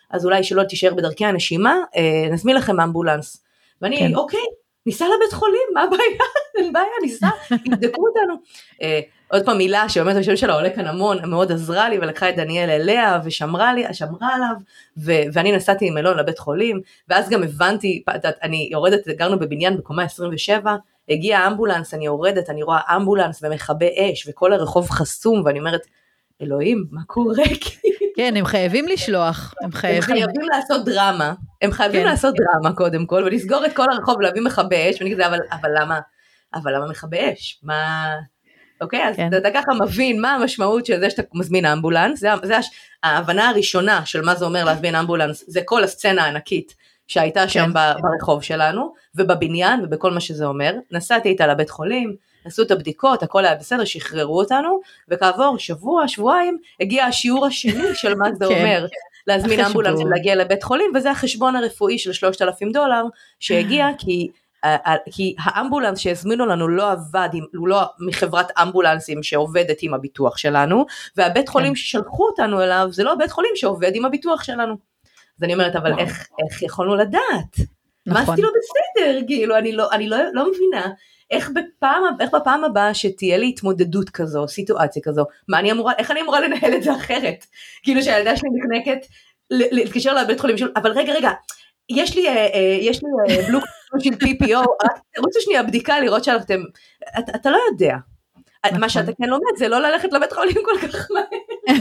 אז אולי שלא תישאר בדרכי הנשימה, נזמין לכם אמבולנס. ואני, כן. אוקיי, ניסע לבית חולים, מה הבעיה? אין בעיה, ניסע, יבדקו אותנו. עוד פעם מילה שבאמת השם שלה עולה כאן המון, מאוד עזרה לי, ולקחה את דניאל אליה, ושמרה לי, שמרה עליו, ו- ואני נסעתי עם מלון לבית חולים, ואז גם הבנתי, אני יורדת, גרנו בבניין בקומה עשרים ושבע, הגיע האמבולנס, אני יורדת, אני רואה אמבולנס ומכבה אש, וכל הרחוב חסום, ואני אומרת, אלוהים, מה קורה? כן, הם חייבים לשלוח, הם חייבים. הם חייבים לעשות דרמה, הם חייבים לעשות דרמה קודם כל, ולסגור את כל הרחוב ולהביא מכבה אש, ואני כזה, אבל למה, אבל למה מכבה אש? מה... אוקיי, אז אתה ככה מבין מה המשמעות של זה שאתה מזמין אמבולנס, זה ההבנה הראשונה של מה זה אומר להזמין אמבולנס, זה כל הסצנה הענקית שהייתה שם ברחוב שלנו, ובבניין ובכל מה שזה אומר. נסעתי איתה לבית חולים, עשו את הבדיקות, הכל היה בסדר, שחררו אותנו, וכעבור שבוע, שבועיים, הגיע השיעור השני של מה זה אומר, להזמין אמבולנס ולהגיע לבית חולים, וזה החשבון הרפואי של שלושת אלפים דולר, שהגיע כי... כי האמבולנס שהזמינו לנו לא עבד, הוא לא מחברת אמבולנסים שעובדת עם הביטוח שלנו, והבית חולים ששלחו אותנו אליו, זה לא בית חולים שעובד עם הביטוח שלנו. אז אני אומרת, אבל איך, איך יכולנו לדעת? מה עשיתי לא בסדר? כאילו, אני לא, אני לא, לא מבינה, איך בפעם, איך בפעם הבאה שתהיה לי התמודדות כזו, סיטואציה כזו, מה אני אמורה, איך אני אמורה לנהל את זה אחרת? כאילו שהילדה שלי נחנקת, להתקשר לבית חולים שלו, אבל רגע, רגע, יש לי, יש לי בלוק של פי פי או, רוצו שנייה בדיקה לראות שאתם, אתה, אתה לא יודע, מה שאתה כן לומד זה לא ללכת לבית חולים כל כך מהר,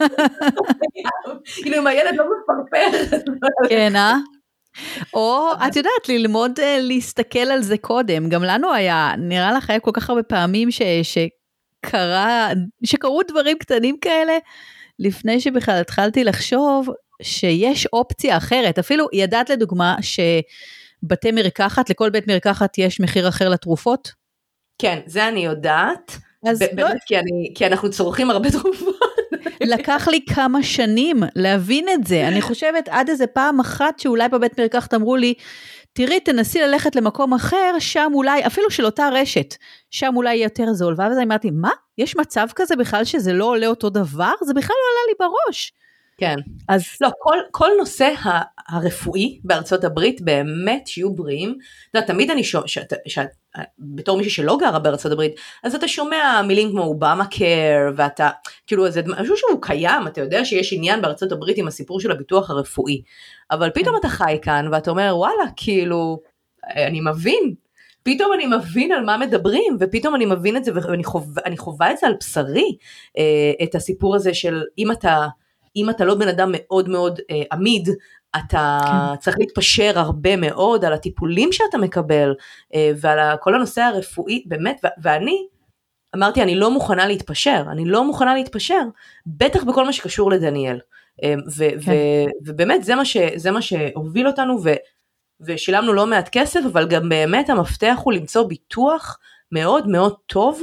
כאילו אם הילד לא מפרפר, כן אה? או את יודעת ללמוד להסתכל על זה קודם, גם לנו היה, נראה לך היה כל כך הרבה פעמים ש, שקרה, שקרו דברים קטנים כאלה, לפני שבכלל התחלתי לחשוב, שיש אופציה אחרת, אפילו ידעת לדוגמה שבתי מרקחת, לכל בית מרקחת יש מחיר אחר לתרופות? כן, זה אני יודעת, באמת לא... כי, אני, כי אנחנו צורכים הרבה תרופות. לקח לי כמה שנים להבין את זה, אני חושבת עד איזה פעם אחת שאולי בבית מרקחת אמרו לי, תראי תנסי ללכת למקום אחר, שם אולי, אפילו של אותה רשת, שם אולי יותר זול, ואז אמרתי, מה? יש מצב כזה בכלל שזה לא עולה אותו דבר? זה בכלל לא עלה לי בראש. כן, אז לא, כל, כל נושא הרפואי בארצות הברית באמת שיהיו בריאים, אתה יודע, תמיד אני שומע, בתור מישהי שלא גרה בארצות הברית, אז אתה שומע מילים כמו אובמה קר, ואתה, כאילו זה משהו שהוא קיים, אתה יודע שיש עניין בארצות הברית עם הסיפור של הביטוח הרפואי, אבל פתאום אתה חי כאן, ואתה אומר וואלה, כאילו, אני מבין, פתאום אני מבין על מה מדברים, ופתאום אני מבין את זה, ואני חובה, אני חובה את זה על בשרי, את הסיפור הזה של אם אתה, אם אתה לא בן אדם מאוד מאוד אה, עמיד, אתה כן. צריך להתפשר הרבה מאוד על הטיפולים שאתה מקבל, אה, ועל כל הנושא הרפואי, באמת, ו- ואני אמרתי, אני לא מוכנה להתפשר, אני לא מוכנה להתפשר, בטח בכל מה שקשור לדניאל, אה, ו- כן. ו- ובאמת זה מה, ש- זה מה שהוביל אותנו, ו- ושילמנו לא מעט כסף, אבל גם באמת המפתח הוא למצוא ביטוח מאוד מאוד טוב,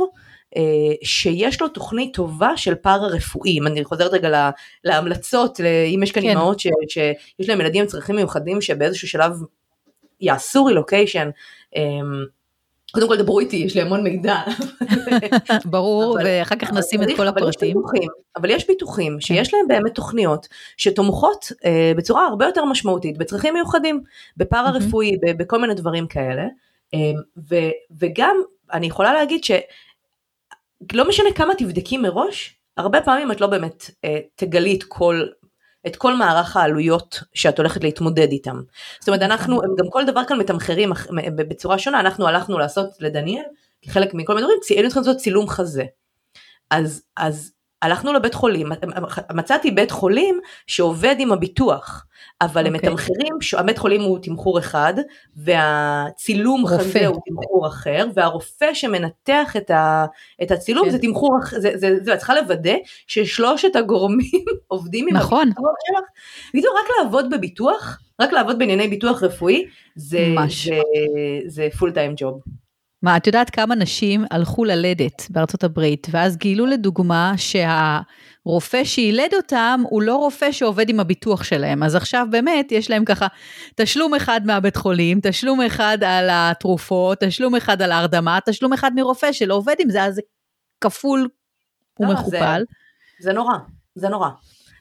שיש לו תוכנית טובה של פארה רפואיים. אני חוזרת רגע להמלצות, אם יש כאן כן. אימהות ש, שיש להם ילדים עם צרכים מיוחדים, שבאיזשהו שלב יעשו רילוקיישן, קודם כל דברו איתי, יש לי המון מידע. ברור, אבל, ואחר כך נשים את כל הפרטים. אבל יש ביטוחים, אבל יש ביטוחים שיש להם באמת תוכניות, שתומכות אה, בצורה הרבה יותר משמעותית, בצרכים מיוחדים, בפארה רפואי, בכל מיני דברים כאלה, אה, ו, וגם אני יכולה להגיד ש, לא משנה כמה תבדקים מראש, הרבה פעמים את לא באמת אה, תגלי את כל, את כל מערך העלויות שאת הולכת להתמודד איתם. זאת אומרת, אנחנו, גם כל דבר כאן מתמחרים בצורה שונה, אנחנו הלכנו לעשות לדניאל, כחלק מכל מיני דברים, היינו צריכים לעשות צילום חזה. אז, אז הלכנו לבית חולים, מצאתי בית חולים שעובד עם הביטוח, אבל הם מתמחרים, הבית חולים הוא תמחור אחד, והצילום חזה הוא תמחור אחר, והרופא שמנתח את הצילום זה תמחור אחר, זה צריכה לוודא ששלושת הגורמים עובדים עם הביטוח שלך, וזו רק לעבוד בביטוח, רק לעבוד בענייני ביטוח רפואי, זה פול טיים ג'וב. מה, את יודעת כמה נשים הלכו ללדת בארצות הברית, ואז גילו לדוגמה שהרופא שילד אותם, הוא לא רופא שעובד עם הביטוח שלהם, אז עכשיו באמת יש להם ככה, תשלום אחד מהבית חולים, תשלום אחד על התרופות, תשלום אחד על ההרדמה, תשלום אחד מרופא שלא עובד עם זה, אז זה כפול ומכופל. זה, זה נורא, זה נורא.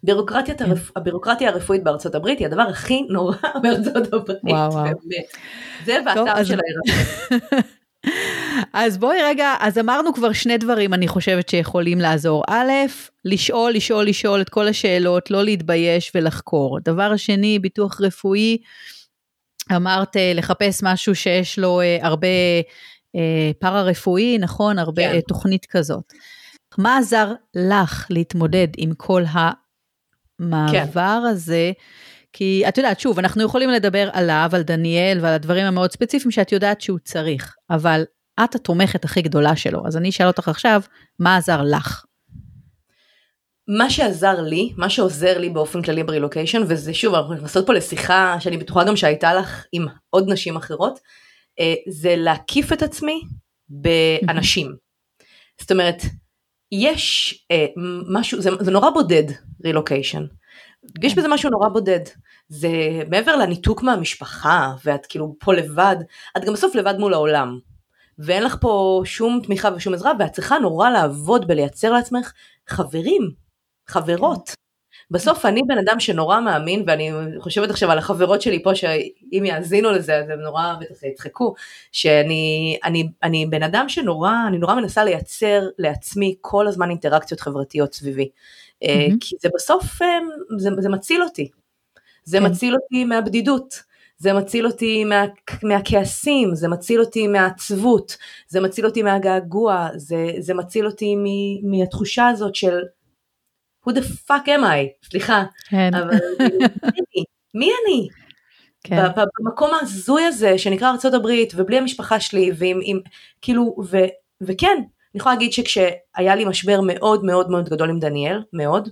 בירוקרטיית הרפ... הבירוקרטיה הרפואית בארצות הברית היא הדבר הכי נורא בארצות הברית. וואו, וואו. זה באתר של העירה. אז בואי רגע, אז אמרנו כבר שני דברים, אני חושבת שיכולים לעזור. א', לשאול, לשאול, לשאול את כל השאלות, לא להתבייש ולחקור. דבר השני, ביטוח רפואי, אמרת לחפש משהו שיש לו הרבה פארה רפואי, נכון? הרבה כן. תוכנית כזאת. מה עזר לך להתמודד עם כל המעבר כן. הזה? כי את יודעת, שוב, אנחנו יכולים לדבר עליו, על דניאל ועל הדברים המאוד ספציפיים שאת יודעת שהוא צריך, אבל את התומכת הכי גדולה שלו, אז אני אשאל אותך עכשיו, מה עזר לך? מה שעזר לי, מה שעוזר לי באופן כללי ברילוקיישן, וזה שוב, אנחנו נכנסות פה לשיחה שאני בטוחה גם שהייתה לך עם עוד נשים אחרות, זה להקיף את עצמי באנשים. זאת אומרת, יש משהו, זה, זה נורא בודד, רילוקיישן. יש בזה משהו נורא בודד. זה מעבר לניתוק מהמשפחה, ואת כאילו פה לבד, את גם בסוף לבד מול העולם. ואין לך פה שום תמיכה ושום עזרה, ואת צריכה נורא לעבוד בלייצר לעצמך חברים, חברות. בסוף אני בן אדם שנורא מאמין, ואני חושבת עכשיו על החברות שלי פה, שאם יאזינו לזה, אז הם נורא בטח יצחקו, שאני אני, אני בן אדם שנורא, אני נורא מנסה לייצר לעצמי כל הזמן אינטראקציות חברתיות סביבי. Mm-hmm. כי זה בסוף, זה, זה מציל אותי. זה כן. מציל אותי מהבדידות. זה מציל אותי מה, מהכעסים, זה מציל אותי מהעצבות, זה מציל אותי מהגעגוע, זה, זה מציל אותי מ, מהתחושה הזאת של, who the fuck am I? סליחה, כן. אבל מי אני? מי אני? כן. במקום הזוי הזה שנקרא ארצות הברית, ובלי המשפחה שלי, ועם, עם, כאילו, ו, וכן, אני יכולה להגיד שכשהיה לי משבר מאוד מאוד מאוד גדול עם דניאל, מאוד,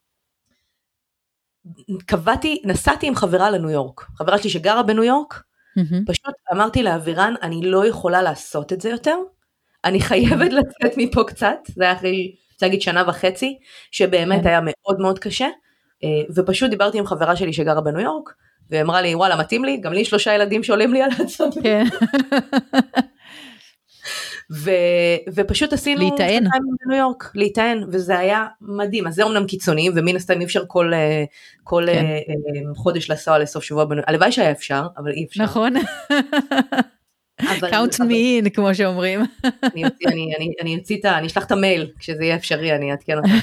קבעתי, נסעתי עם חברה לניו יורק, חברה שלי שגרה בניו יורק, mm-hmm. פשוט אמרתי לאווירן, אני לא יכולה לעשות את זה יותר, אני חייבת לצאת מפה קצת, זה היה אחרי, רוצה להגיד שנה וחצי, שבאמת היה מאוד מאוד קשה, ופשוט דיברתי עם חברה שלי שגרה בניו יורק, ואמרה לי, וואלה, מתאים לי, גם לי שלושה ילדים שעולים לי על עצמי. כן. ו, ופשוט עשינו להתאן בניו יורק, להתאן, וזה היה מדהים. אז זה אומנם קיצוני, ומין הסתם אי אפשר כל, כל כן. חודש לנסוע לסוף שבוע בניו יורק, הלוואי שהיה אפשר, אבל אי אפשר. נכון. count me in, כמו שאומרים. אני אוציא, אני, אני, אני אוציא את, אני אשלח את המייל, כשזה יהיה אפשרי, אני אעדכן אותך.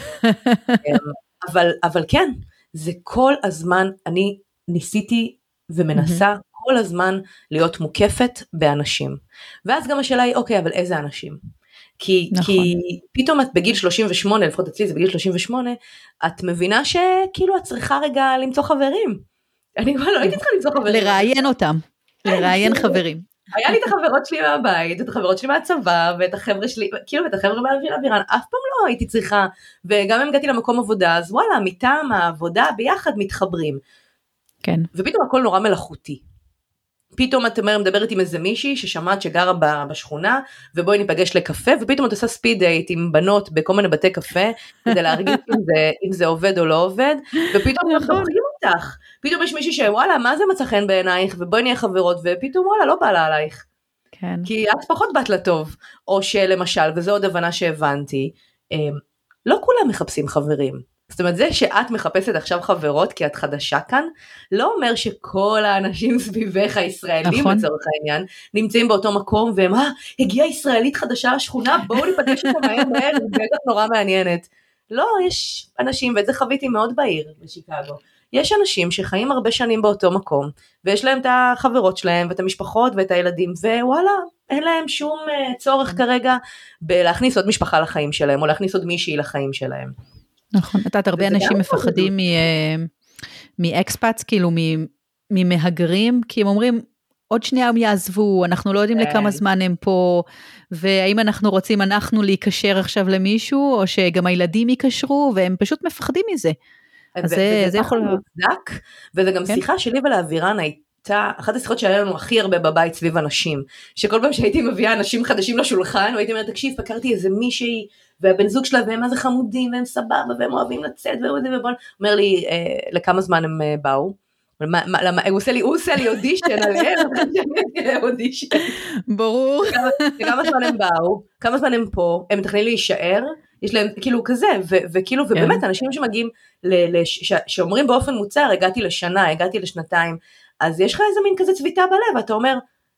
אבל, אבל כן, זה כל הזמן, אני ניסיתי ומנסה, כל הזמן להיות מוקפת באנשים. ואז גם השאלה היא, אוקיי, אבל איזה אנשים? כי, נכון. כי פתאום את בגיל שלושים ושמונה, לפחות אצלי זה בגיל שלושים ושמונה, את מבינה שכאילו את צריכה רגע למצוא חברים. אני כבר לא הייתי צריכה למצוא חברים. לראיין אותם, לראיין חברים. היה לי את החברות שלי מהבית, את החברות שלי מהצבא, ואת החבר'ה שלי, כאילו את החבר'ה מהאווירן, אף פעם לא הייתי צריכה, וגם אם הגעתי למקום עבודה, אז וואלה, מטעם העבודה ביחד מתחברים. כן. ופתאום הכל נורא מלאכותי. פתאום את מדברת עם איזה מישהי ששמעת שגרה בשכונה, ובואי ניפגש לקפה, ופתאום את עושה ספיד דייט עם בנות בכל מיני בתי קפה, כדי להרגיש אם זה, אם זה עובד או לא עובד, ופתאום הם דוחים אותך. פתאום יש מישהי שוואלה, מה זה מצא חן בעינייך, ובואי נהיה חברות, ופתאום וואלה, לא בא לה עלייך. כן. כי את פחות בת לטוב, או שלמשל, וזו עוד הבנה שהבנתי, לא כולם מחפשים חברים. זאת אומרת, זה שאת מחפשת עכשיו חברות, כי את חדשה כאן, לא אומר שכל האנשים סביבך הישראלים, נכון. לצורך העניין, נמצאים באותו מקום, והם, אה, הגיעה ישראלית חדשה לשכונה, בואו ניפגש אותה מהר מהר, זה בטח נורא מעניינת. לא, יש אנשים, ואת זה חוויתי מאוד בעיר, בשיקגו, יש אנשים שחיים הרבה שנים באותו מקום, ויש להם את החברות שלהם, ואת המשפחות, ואת הילדים, ווואלה, אין להם שום צורך כרגע, בלהכניס עוד משפחה לחיים שלהם, או להכניס עוד מישהי לחיים שלהם. נכון, את הרבה אנשים מפחדים מאקספאץ, כאילו ממהגרים, כי הם אומרים, עוד שנייה הם יעזבו, אנחנו לא יודעים לכמה זמן הם פה, והאם אנחנו רוצים אנחנו להיקשר עכשיו למישהו, או שגם הילדים יקשרו, והם פשוט מפחדים מזה. אז זה יכול להיות. וזה גם שיחה שלי ולאווירן הייתה, אחת השיחות שהיה לנו הכי הרבה בבית סביב אנשים, שכל פעם שהייתי מביאה אנשים חדשים לשולחן, והייתי אומרת, תקשיב, פקרתי איזה מישהי, והבן זוג שלה, והם איזה חמודים, והם סבבה, והם אוהבים לצאת, ובוא, אומר לי, לכמה זמן הם באו? הוא עושה לי, הוא עושה לי אודישן עליהם, אודישן. ברור. וכמה זמן הם באו, כמה זמן הם פה, הם מתכננים להישאר, יש להם כאילו כזה, ו- וכאילו, ובאמת, אנשים שמגיעים, ל- ל- ש- שאומרים באופן מוצר, הגעתי לשנה, הגעתי לשנתיים, אז יש לך איזה מין כזה צביטה בלב, ואתה אומר,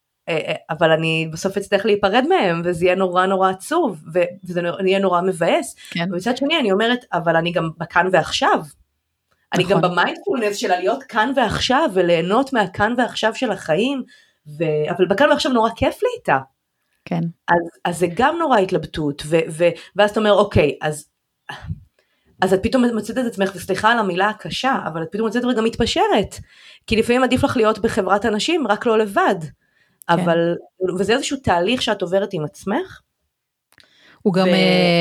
אבל אני בסוף אצטרך להיפרד מהם, וזה יהיה נורא נורא עצוב, וזה יהיה נורא מבאס, כן. ומצד שני אני אומרת, אבל אני גם בכאן ועכשיו, נכון. אני גם במיינדפולנס של להיות כאן ועכשיו, וליהנות מהכאן ועכשיו של החיים, ו... אבל בכאן ועכשיו נורא כיף לי איתה, כן. אז, אז זה גם נורא התלבטות, ו... ו... ואז אתה אומר, אוקיי, אז... אז את פתאום מוצאת את עצמך, וסליחה על המילה הקשה, אבל את פתאום מוצאת וגם מתפשרת, כי לפעמים עדיף לך להיות בחברת אנשים, רק לא לבד, אבל, וזה איזשהו תהליך שאת עוברת עם עצמך. הוא גם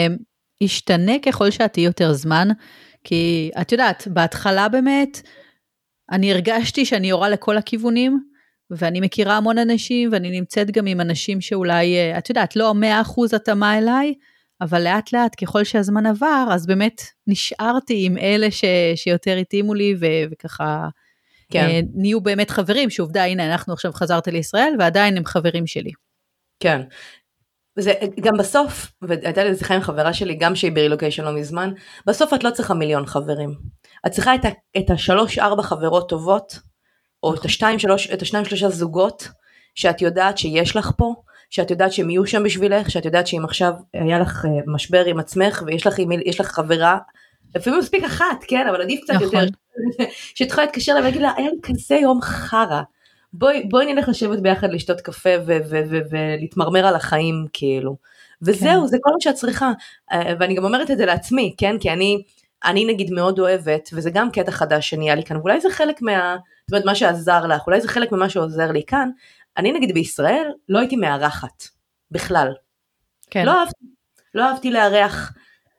ישתנה ככל שאת תהיי יותר זמן, כי את יודעת, בהתחלה באמת, אני הרגשתי שאני יורה לכל הכיוונים, ואני מכירה המון אנשים, ואני נמצאת גם עם אנשים שאולי, את יודעת, לא מאה אחוז התאמה אליי, אבל לאט לאט ככל שהזמן עבר, אז באמת נשארתי עם אלה ש, שיותר התאימו לי, ו, וככה כן. נהיו באמת חברים, שעובדה, הנה, אנחנו עכשיו חזרת לישראל, ועדיין הם חברים שלי. כן. זה גם בסוף, והייתה לי שיחה עם חברה שלי, גם שהיא ברילוקיישן לא מזמן, בסוף את לא צריכה מיליון חברים. את צריכה את, ה, את השלוש, ארבע חברות טובות, או את השתיים, שלוש, את השניים, שלושה זוגות, שאת יודעת שיש לך פה, שאת יודעת שהם יהיו שם בשבילך, שאת יודעת שאם עכשיו היה לך משבר עם עצמך, ויש לך, יש לך חברה, לפעמים מספיק אחת, כן, אבל עדיף קצת יותר, שתוכל להתקשר לה ולהגיד לה, היה לי כזה יום חרה, בואי, בואי נלך לשבת ביחד לשתות קפה ולהתמרמר על החיים כאילו, וזהו, זה כל מה שאת צריכה, ואני גם אומרת את זה לעצמי, כן, כי אני, אני נגיד מאוד אוהבת, וזה גם קטע חדש שנהיה לי כאן, ואולי זה חלק מה, זאת אומרת, מה שעזר לך, אולי זה חלק ממה שעוזר לי כאן, אני נגיד בישראל לא הייתי מארחת, בכלל, כן. לא אהבתי, לא אהבתי לארח,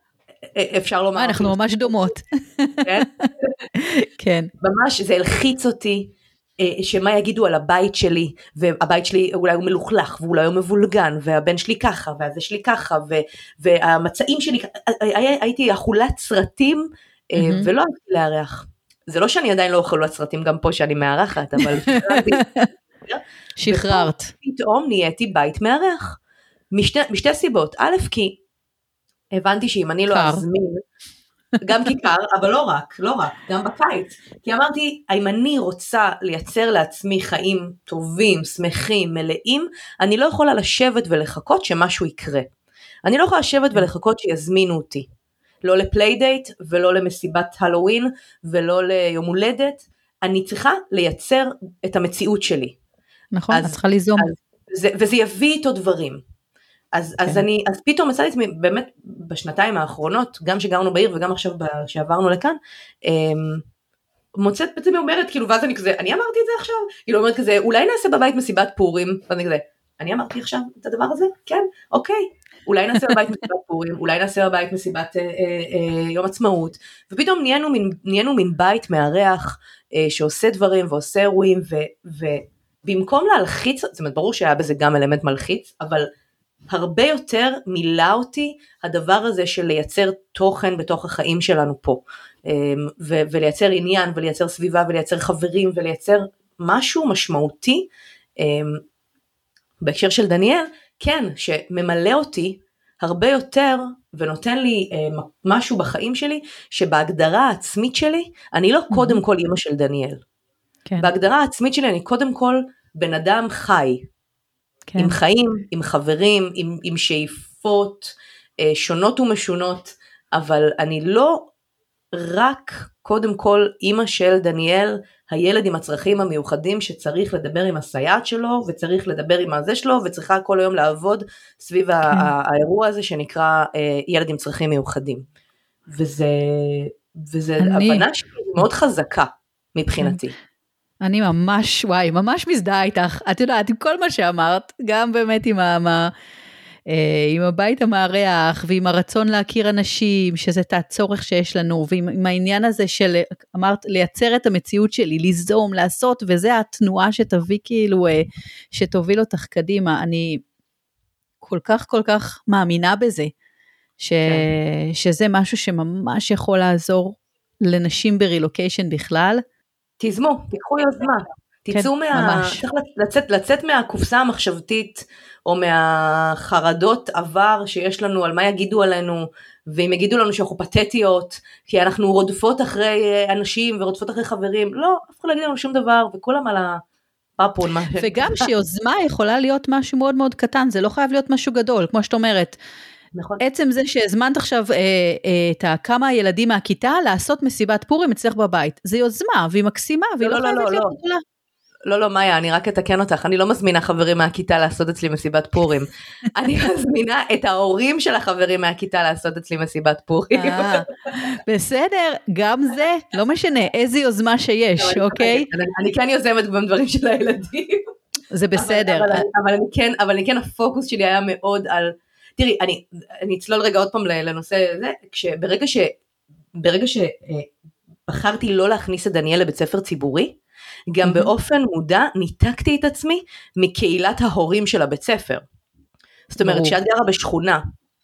אפשר לומר. אנחנו ממש דומות. כן? כן. ממש, זה הלחיץ אותי, שמה יגידו על הבית שלי, והבית שלי אולי הוא מלוכלך, ואולי הוא מבולגן, והבן שלי ככה, והזה שלי ככה, והמצעים שלי, הייתי אכולת סרטים, ולא אהבתי לארח. זה לא שאני עדיין לא אכולת סרטים, גם פה שאני מארחת, אבל שחררת. פתאום נהייתי בית מארח. משתי, משתי סיבות. א', כי הבנתי שאם אני לא אזמין, גם כיכר, אבל לא רק, לא רק, גם בקיץ. כי אמרתי, אם אני רוצה לייצר לעצמי חיים טובים, שמחים, מלאים, אני לא יכולה לשבת ולחכות שמשהו יקרה. אני לא יכולה לשבת ולחכות שיזמינו אותי. לא לפליידייט, ולא למסיבת הלואוין, ולא ליום הולדת. אני צריכה לייצר את המציאות שלי. נכון, את צריכה ליזום. זה, וזה יביא איתו דברים. אז, כן. אז אני, אז פתאום מצאתי עצמי, באמת בשנתיים האחרונות, גם שגרנו בעיר וגם עכשיו שעברנו לכאן, מוצאת בעצם אומרת, כאילו, ואז אני כזה, אני אמרתי את זה עכשיו? כאילו, אומרת כזה, אולי נעשה בבית מסיבת פורים, ואז אני כזה, אני אמרתי עכשיו את הדבר הזה? כן, אוקיי. אולי נעשה בבית מסיבת פורים, אולי נעשה בבית מסיבת אה, אה, יום עצמאות, ופתאום נהיינו מין, נהיינו מין בית מארח, אה, שעושה דברים ועושה אירועים, ו, ובמקום להלחיץ, זאת אומרת, ברור שהיה בזה גם אלמנט מלחיץ, אבל הרבה יותר מילה אותי הדבר הזה של לייצר תוכן בתוך החיים שלנו פה, ו- ולייצר עניין, ולייצר סביבה, ולייצר חברים, ולייצר משהו משמעותי, בהקשר של דניאל, כן, שממלא אותי הרבה יותר, ונותן לי משהו בחיים שלי, שבהגדרה העצמית שלי, אני לא קודם כל אמא של דניאל. כן. בהגדרה העצמית שלי, אני קודם כל בן אדם חי, כן. עם חיים, עם חברים, עם, עם שאיפות אה, שונות ומשונות, אבל אני לא רק קודם כל אמא של דניאל, הילד עם הצרכים המיוחדים שצריך לדבר עם הסייעת שלו, וצריך לדבר עם הזה שלו, וצריכה כל היום לעבוד סביב כן. האירוע הזה שנקרא אה, ילד עם צרכים מיוחדים. וזה, וזה אני... הבנה שלי מאוד חזקה מבחינתי. כן. אני ממש, וואי, ממש מזדהה איתך, את יודעת, עם כל מה שאמרת, גם באמת עם, ה, עם הבית המארח, ועם הרצון להכיר אנשים, שזה את הצורך שיש לנו, ועם עם העניין הזה של, אמרת, לייצר את המציאות שלי, ליזום, לעשות, וזה התנועה שתביא כאילו, שתוביל אותך קדימה, אני כל כך כל כך מאמינה בזה, ש, כן. שזה משהו שממש יכול לעזור לנשים ברילוקיישן בכלל, תזמו, תיקחו יוזמה, תצאו מה... צריך לצאת, לצאת מהקופסה המחשבתית, או מהחרדות עבר שיש לנו על מה יגידו עלינו, ואם יגידו לנו שאנחנו פתטיות, כי אנחנו רודפות אחרי אנשים ורודפות אחרי חברים, לא, אף אחד לא יגיד לנו שום דבר, וכולם על הפאפון. וגם שיוזמה יכולה להיות משהו מאוד מאוד קטן, זה לא חייב להיות משהו גדול, כמו שאת אומרת. נכון. עצם זה שהזמנת עכשיו אה, אה, את כמה ילדים מהכיתה, לעשות מסיבת פורים אצלך בבית, זה יוזמה, והיא מקסימה, והיא לא, לא, לא חייבת לא, להיות לא. גדולה. לא, לא, מאיה, אני רק אתקן אותך, אני לא מזמינה חברים מהכיתה לעשות אצלי מסיבת פורים, אני מזמינה את ההורים של החברים מהכיתה לעשות אצלי מסיבת פורים. בסדר, גם זה, לא משנה, איזה יוזמה שיש, אוקיי? אני כן יוזמת גם דברים של הילדים. זה בסדר. אבל אני כן, הפוקוס שלי היה מאוד על, תראי, אני אצלול רגע עוד פעם לנושא הזה, ברגע שבחרתי לא להכניס את דניאל לבית ספר ציבורי, גם mm-hmm. באופן מודע ניתקתי את עצמי מקהילת ההורים של הבית ספר. זאת אומרת, שאת גרה בשכונה,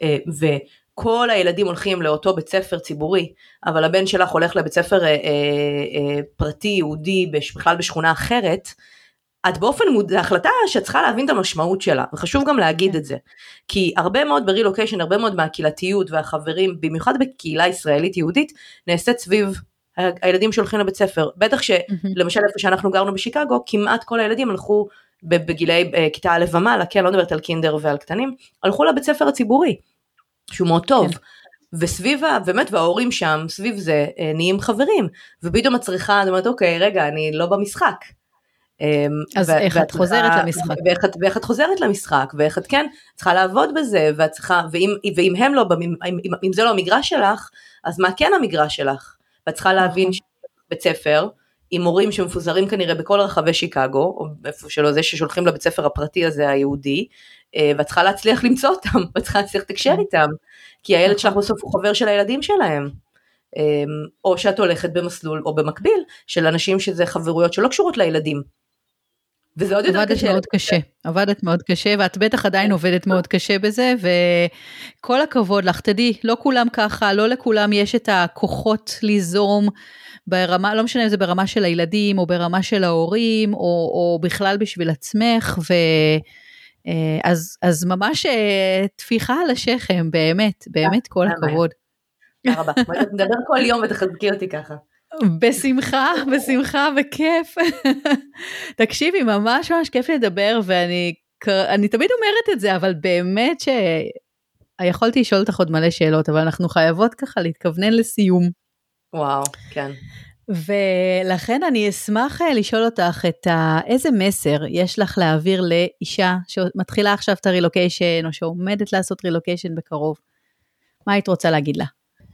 וכל הילדים הולכים לאותו בית ספר ציבורי, אבל הבן שלך הולך לבית ספר אה, אה, פרטי, יהודי, בכלל בשכונה אחרת, את באופן מודע, החלטה שצריכה להבין את המשמעות שלה, וחשוב גם להגיד את זה, כי הרבה מאוד ברילוקיישן, הרבה מאוד מהקהילתיות והחברים, במיוחד בקהילה ישראלית יהודית, נעשית סביב הילדים שהולכים לבית ספר, בטח שלמשל איפה שאנחנו גרנו בשיקגו, כמעט כל הילדים הלכו בגילי כיתה א' ומעלה, כן, לא מדברת על קינדר ועל קטנים, הלכו לבית ספר הציבורי, שהוא מאוד טוב, וסביב, באמת, וההורים שם, סביב זה, נהיים חברים, ופתאום את צריכה, את אומרת, אוקיי, רגע, אני לא במשחק. אז איך את חוזרת למשחק? ואיך את חוזרת למשחק, ואיך את כן צריכה לעבוד בזה, ואת צריכה, ואם הם לא, אם זה לא המגרש שלך, אז מה כן המגרש שלך? ואת צריכה להבין שבית ספר, עם מורים שמפוזרים כנראה בכל רחבי שיקגו, או איפה שלא זה ששולחים לבית ספר הפרטי הזה היהודי, ואת צריכה להצליח למצוא אותם, ואת צריכה להצליח לתקשר איתם, כי הילד שלך בסוף הוא חבר של הילדים שלהם, או שאת הולכת במסלול, או במקביל, של אנשים שזה חברויות שלא קשורות לילדים, וזה עוד יותר קשה. עבדת מאוד קשה, עבדת מאוד קשה, ואת בטח עדיין עובדת מאוד קשה בזה, וכל הכבוד לך, תדעי, לא כולם ככה, לא לכולם יש את הכוחות ליזום, ברמה, לא משנה אם זה ברמה של הילדים, או ברמה של ההורים, או, או בכלל בשביל עצמך, ו... אז, אז ממש תפיחה על השכם, באמת, באמת כל הכבוד. תודה רבה, נדבר כל יום ותחזקי אותי ככה. בשמחה, בשמחה, בכיף. תקשיבי, ממש ממש כיף לדבר, ואני אני תמיד אומרת את זה, אבל באמת שיכולתי לשאול אותך עוד מלא שאלות, אבל אנחנו חייבות ככה להתכוונן לסיום. וואו, כן. ולכן אני אשמח לשאול אותך את ה... איזה מסר יש לך להעביר לאישה שמתחילה עכשיו את הרילוקיישן, או שעומדת לעשות רילוקיישן בקרוב. מה היית רוצה להגיד לה?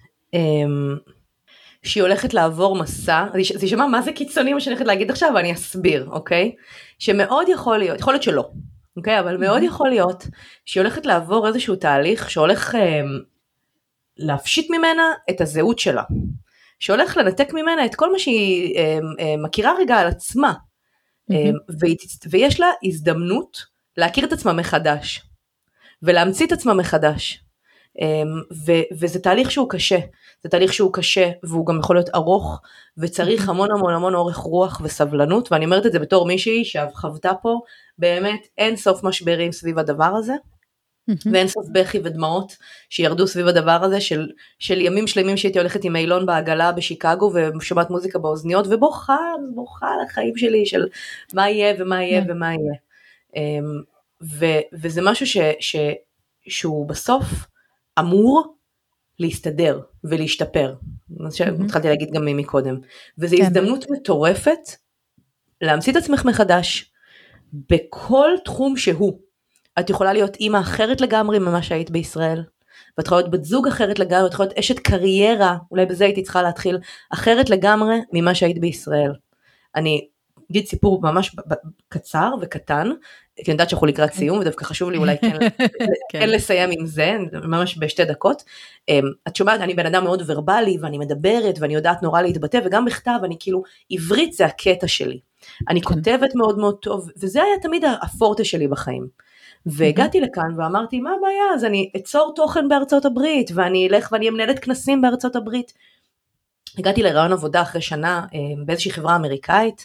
שהיא הולכת לעבור מסע, זה ישמע מה זה קיצוני מה שאני הולכת להגיד עכשיו, ואני אסביר, אוקיי? שמאוד יכול להיות, יכול להיות שלא, אוקיי? אבל מאוד יכול להיות שהיא הולכת לעבור איזשהו תהליך שהולך אה, להפשיט ממנה את הזהות שלה, שהולך לנתק ממנה את כל מה שהיא אה, אה, מכירה רגע על עצמה, אה, והיא, ויש לה הזדמנות להכיר את עצמה מחדש, ולהמציא את עצמה מחדש, ו, וזה תהליך שהוא קשה, זה תהליך שהוא קשה, והוא גם יכול להיות ארוך, וצריך המון המון המון אורך רוח וסבלנות, ואני אומרת את זה בתור מישהי שחוותה פה, באמת אין סוף משברים סביב הדבר הזה, ואין סוף בכי ודמעות שירדו סביב הדבר הזה, של, של ימים שלמים שהייתי הולכת עם אילון בעגלה בשיקגו, ושומעת מוזיקה באוזניות, ובוכה, בוכה על החיים שלי, של מה יהיה ומה יהיה ומה יהיה. ו, וזה משהו ש, ש, שהוא בסוף אמור להסתדר ולהשתפר, מה שהתחלתי להגיד גם מקודם, וזו הזדמנות מטורפת להמציא את עצמך מחדש, בכל תחום שהוא. את יכולה להיות אימא אחרת לגמרי ממה שהיית בישראל, ואת יכולה להיות בת זוג אחרת לגמרי, ואת יכולה להיות אשת קריירה, אולי בזה הייתי צריכה להתחיל, אחרת לגמרי ממה שהיית בישראל. אני אגיד סיפור ממש קצר וקטן, כי אני יודעת שאנחנו לקראת סיום, ודווקא חשוב לי אולי כן לסיים עם זה, ממש בשתי דקות. את שומעת, אני בן אדם מאוד ורבלי, ואני מדברת, ואני יודעת נורא להתבטא, וגם בכתב, אני כאילו, עברית זה הקטע שלי. אני כותבת מאוד מאוד טוב, וזה היה תמיד הפורטה שלי בחיים. והגעתי לכאן ואמרתי, מה הבעיה? אז אני אצור תוכן בארצות הברית, ואני אלך ואני אמנהלת כנסים בארצות הברית. הגעתי לרעיון עבודה אחרי שנה, באיזושהי חברה אמריקאית,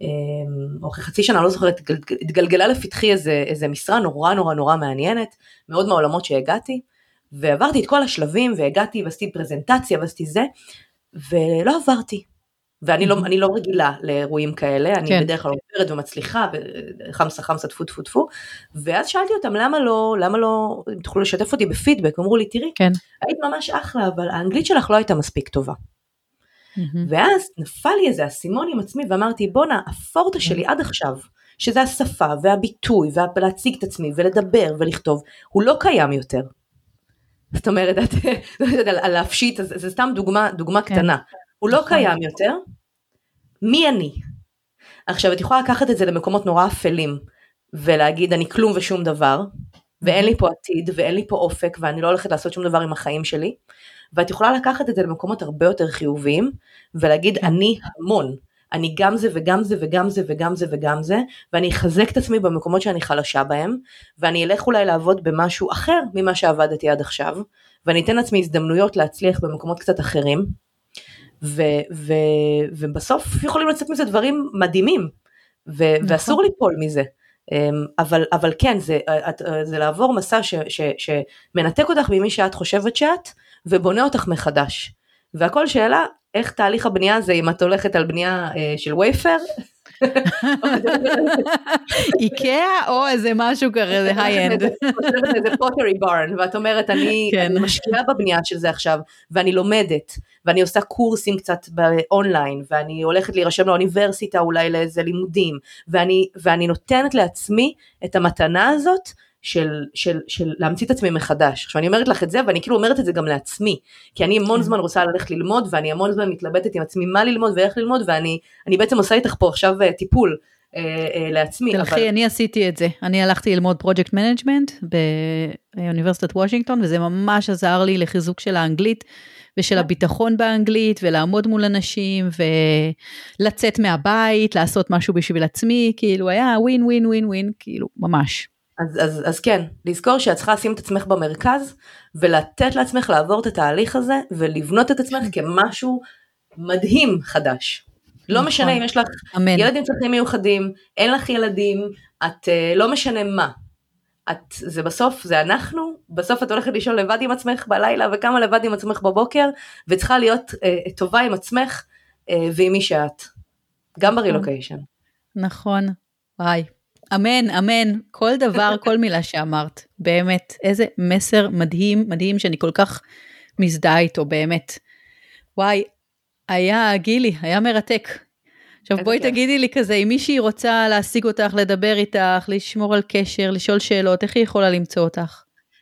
או אחרי חצי שנה, לא זוכרת, התגלגלה לפתחי איזה, איזה משרה נורא נורא נורא מעניינת, מאוד מהעולמות שהגעתי, ועברתי את כל השלבים, והגעתי ועשיתי פרזנטציה ועשיתי זה, ולא עברתי. ואני לא, אני לא רגילה לאירועים כאלה, אני כן. בדרך כלל עוברת ומצליחה, וחמסה חמסה תפו תפו תפו, ואז שאלתי אותם, למה לא, למה לא, אם תוכלו לשתף אותי בפידבק, אמרו לי, תראי, כן. היית ממש אחלה, אבל האנגלית שלך לא הייתה מספיק טובה. Mm-hmm. ואז נפל לי איזה אסימון עם עצמי, ואמרתי, בונה, הפורטה שלי עד עכשיו, שזה השפה והביטוי, ולהציג את עצמי, ולדבר ולכתוב, הוא לא קיים יותר. זאת אומרת, על להפשיט, זה סתם דוגמה, דוגמה כן. קטנה. הוא לא קיים יותר, מי אני? עכשיו, את יכולה לקחת את זה למקומות נורא אפלים, ולהגיד, אני כלום ושום דבר, ואין לי פה עתיד, ואין לי פה אופק, ואני לא הולכת לעשות שום דבר עם החיים שלי, ואת יכולה לקחת את זה למקומות הרבה יותר חיוביים, ולהגיד, אני המון, אני גם זה וגם זה וגם זה וגם זה וגם זה, ואני אחזק את עצמי במקומות שאני חלשה בהם, ואני אלך אולי לעבוד במשהו אחר ממה שעבדתי עד עכשיו, ואני אתן לעצמי הזדמנויות להצליח במקומות קצת אחרים, ו- ו- ובסוף יכולים לצאת מזה דברים מדהימים, ו- נכון. ואסור ליפול מזה, אבל, אבל כן, זה, זה לעבור מסע ש- ש- שמנתק אותך ממי שאת חושבת שאת, ובונה אותך מחדש, והכל שאלה, איך תהליך הבנייה הזה, אם את הולכת על בנייה של וייפר, איקאה או איזה משהו כזה, היי-אנד. איזה פוטרי ברן, ואת אומרת, אני משקיעה בבנייה של זה עכשיו, ואני לומדת, ואני עושה קורסים קצת באונליין, ואני הולכת להירשם לאוניברסיטה אולי לאיזה לימודים, ואני נותנת לעצמי את המתנה הזאת, של, של, של להמציא את עצמי מחדש. עכשיו אני אומרת לך את זה, ואני כאילו אומרת את זה גם לעצמי, כי אני המון זמן רוצה ללכת ללמוד, ואני המון זמן מתלבטת עם עצמי מה ללמוד ואיך ללמוד, ואני אני בעצם עושה איתך פה עכשיו טיפול אה, אה, לעצמי. תלכי, אבל... אני עשיתי את זה. אני הלכתי ללמוד פרויקט מנג'מנט באוניברסיטת וושינגטון, וזה ממש עזר לי לחיזוק של האנגלית, ושל הביטחון באנגלית, ולעמוד מול אנשים, ולצאת מהבית, לעשות משהו בשביל עצמי, כאילו היה ווין ווין ווין ווין, כאילו ממש. אז, אז, אז כן, לזכור שאת צריכה לשים את עצמך במרכז, ולתת לעצמך לעבור את התהליך הזה, ולבנות את עצמך כמשהו מדהים חדש. לא נכון. משנה אם יש לך אמן. ילדים צרכים מיוחדים, אין לך ילדים, את לא משנה מה. את, זה בסוף, זה אנחנו, בסוף את הולכת לישון לבד עם עצמך בלילה, וכמה לבד עם עצמך בבוקר, וצריכה להיות אה, טובה עם עצמך, אה, ועם מי שאת. גם ברילוקיישן. נכון, וואי. אמן, אמן, כל דבר, כל מילה שאמרת, באמת, איזה מסר מדהים, מדהים, שאני כל כך מזדהה איתו, באמת. וואי, היה גילי, היה מרתק. עכשיו בואי כיף. תגידי לי כזה, אם מישהי רוצה להשיג אותך, לדבר איתך, לשמור על קשר, לשאול שאלות, איך היא יכולה למצוא אותך?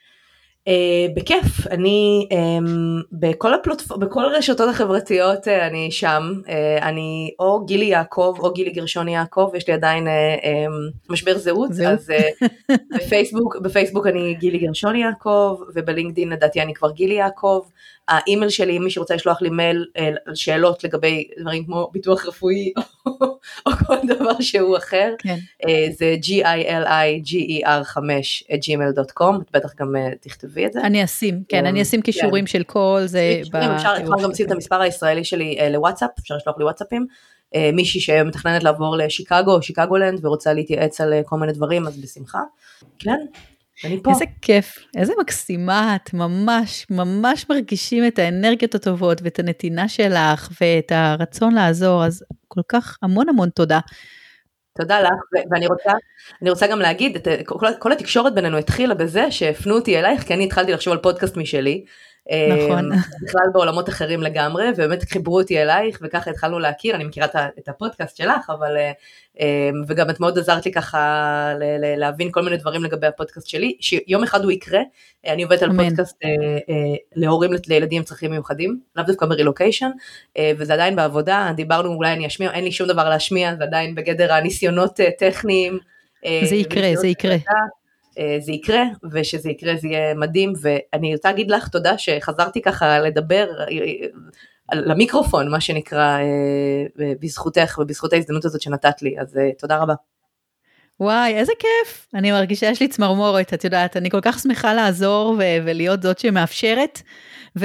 Uh, בכיף, אני um, בכל, הפלוטפ... בכל רשתות החברתיות uh, אני שם, uh, אני או גילי יעקב או גילי גרשוני יעקב, יש לי עדיין uh, um, משבר זהות, זהות. אז uh, בפייסבוק, בפייסבוק אני גילי גרשוני יעקב, ובלינקדין לדעתי אני כבר גילי יעקב, האימייל שלי, מי שרוצה לשלוח לי מייל על שאלות לגבי דברים כמו ביטוח רפואי או כל דבר שהוא אחר, כן. זה ג'י איי אל איי ג'י אי אר חמש את ג'ימייל דוט קום, את בטח גם תכתבי את זה. אני אשים, כן, אני אשים קישורים של כל זה. אפשר גם לשים את המספר הישראלי שלי לוואטסאפ, אפשר לשלוח לי וואטסאפים, מישהי שמתכננת לעבור לשיקגו או שיקגולנד ורוצה להתייעץ על כל מיני דברים, אז בשמחה, כן. איזה כיף, איזה מקסימה, את ממש, ממש מרגישים את האנרגיות הטובות, ואת הנתינה שלך, ואת הרצון לעזור, אז כל כך המון המון תודה. תודה לך, ואני רוצה, אני רוצה גם להגיד, את, כל, כל התקשורת בינינו התחילה בזה, שהפנו אותי אלייך, כי אני התחלתי לחשוב על פודקאסט משלי, נכון. בכלל בעולמות אחרים לגמרי, ובאמת חיברו אותי אלייך, וככה התחלנו להכיר, אני מכירה את הפודקאסט שלך, אבל, וגם את מאוד עזרת לי ככה, להבין כל מיני דברים לגבי הפודקאסט שלי, שיום אחד הוא יקרה, אני עובדת על פודקאסט להורים לילדים עם צרכים מיוחדים, לאו דווקא ברילוקיישן, וזה עדיין בעבודה, דיברנו, אולי אני אשמיע, אין לי שום דבר להשמיע, זה עדיין בגדר הניסיונות טכניים. זה יקרה, זה יקרה. זה יקרה, ושזה יקרה זה יהיה מדהים, ואני רוצה להגיד לך תודה שחזרתי ככה לדבר למיקרופון, מה שנקרא, בזכותך ובזכות ההזדמנות הזאת שנתת לי, אז תודה רבה. וואי, איזה כיף, אני מרגישה יש לי צמרמורת, את יודעת, אני כל כך שמחה לעזור ו- ולהיות זאת שמאפשרת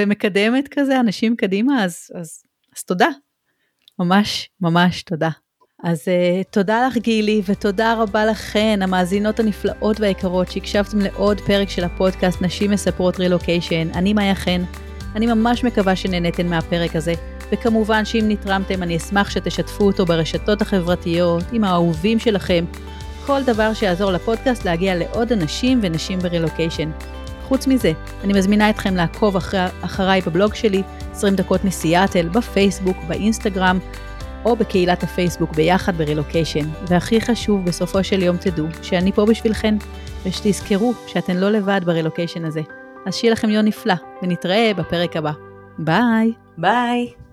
ומקדמת כזה אנשים קדימה, אז, אז, אז תודה, ממש ממש תודה. אז uh, תודה לך גילי, ותודה רבה לכן, המאזינות הנפלאות והיקרות, שהקשבתם לעוד פרק של הפודקאסט נשים מספרות רילוקיישן. אני מאיה חן, אני ממש מקווה שנהניתם מהפרק הזה, וכמובן שאם נתרמתם אני אשמח שתשתפו אותו ברשתות החברתיות, עם האהובים שלכם, כל דבר שיעזור לפודקאסט להגיע לעוד אנשים ונשים ברילוקיישן. חוץ מזה, אני מזמינה אתכם לעקוב אחרי, אחריי בבלוג שלי, עשרים דקות מסיאטל, בפייסבוק, באינסטגרם, או בקהילת הפייסבוק ביחד ברילוקיישן. והכי חשוב, בסופו של יום תדעו שאני פה בשבילכן, ושתזכרו שאתן לא לבד ברילוקיישן הזה. אז שיהיה לכם יום נפלא, ונתראה בפרק הבא. ביי! ביי!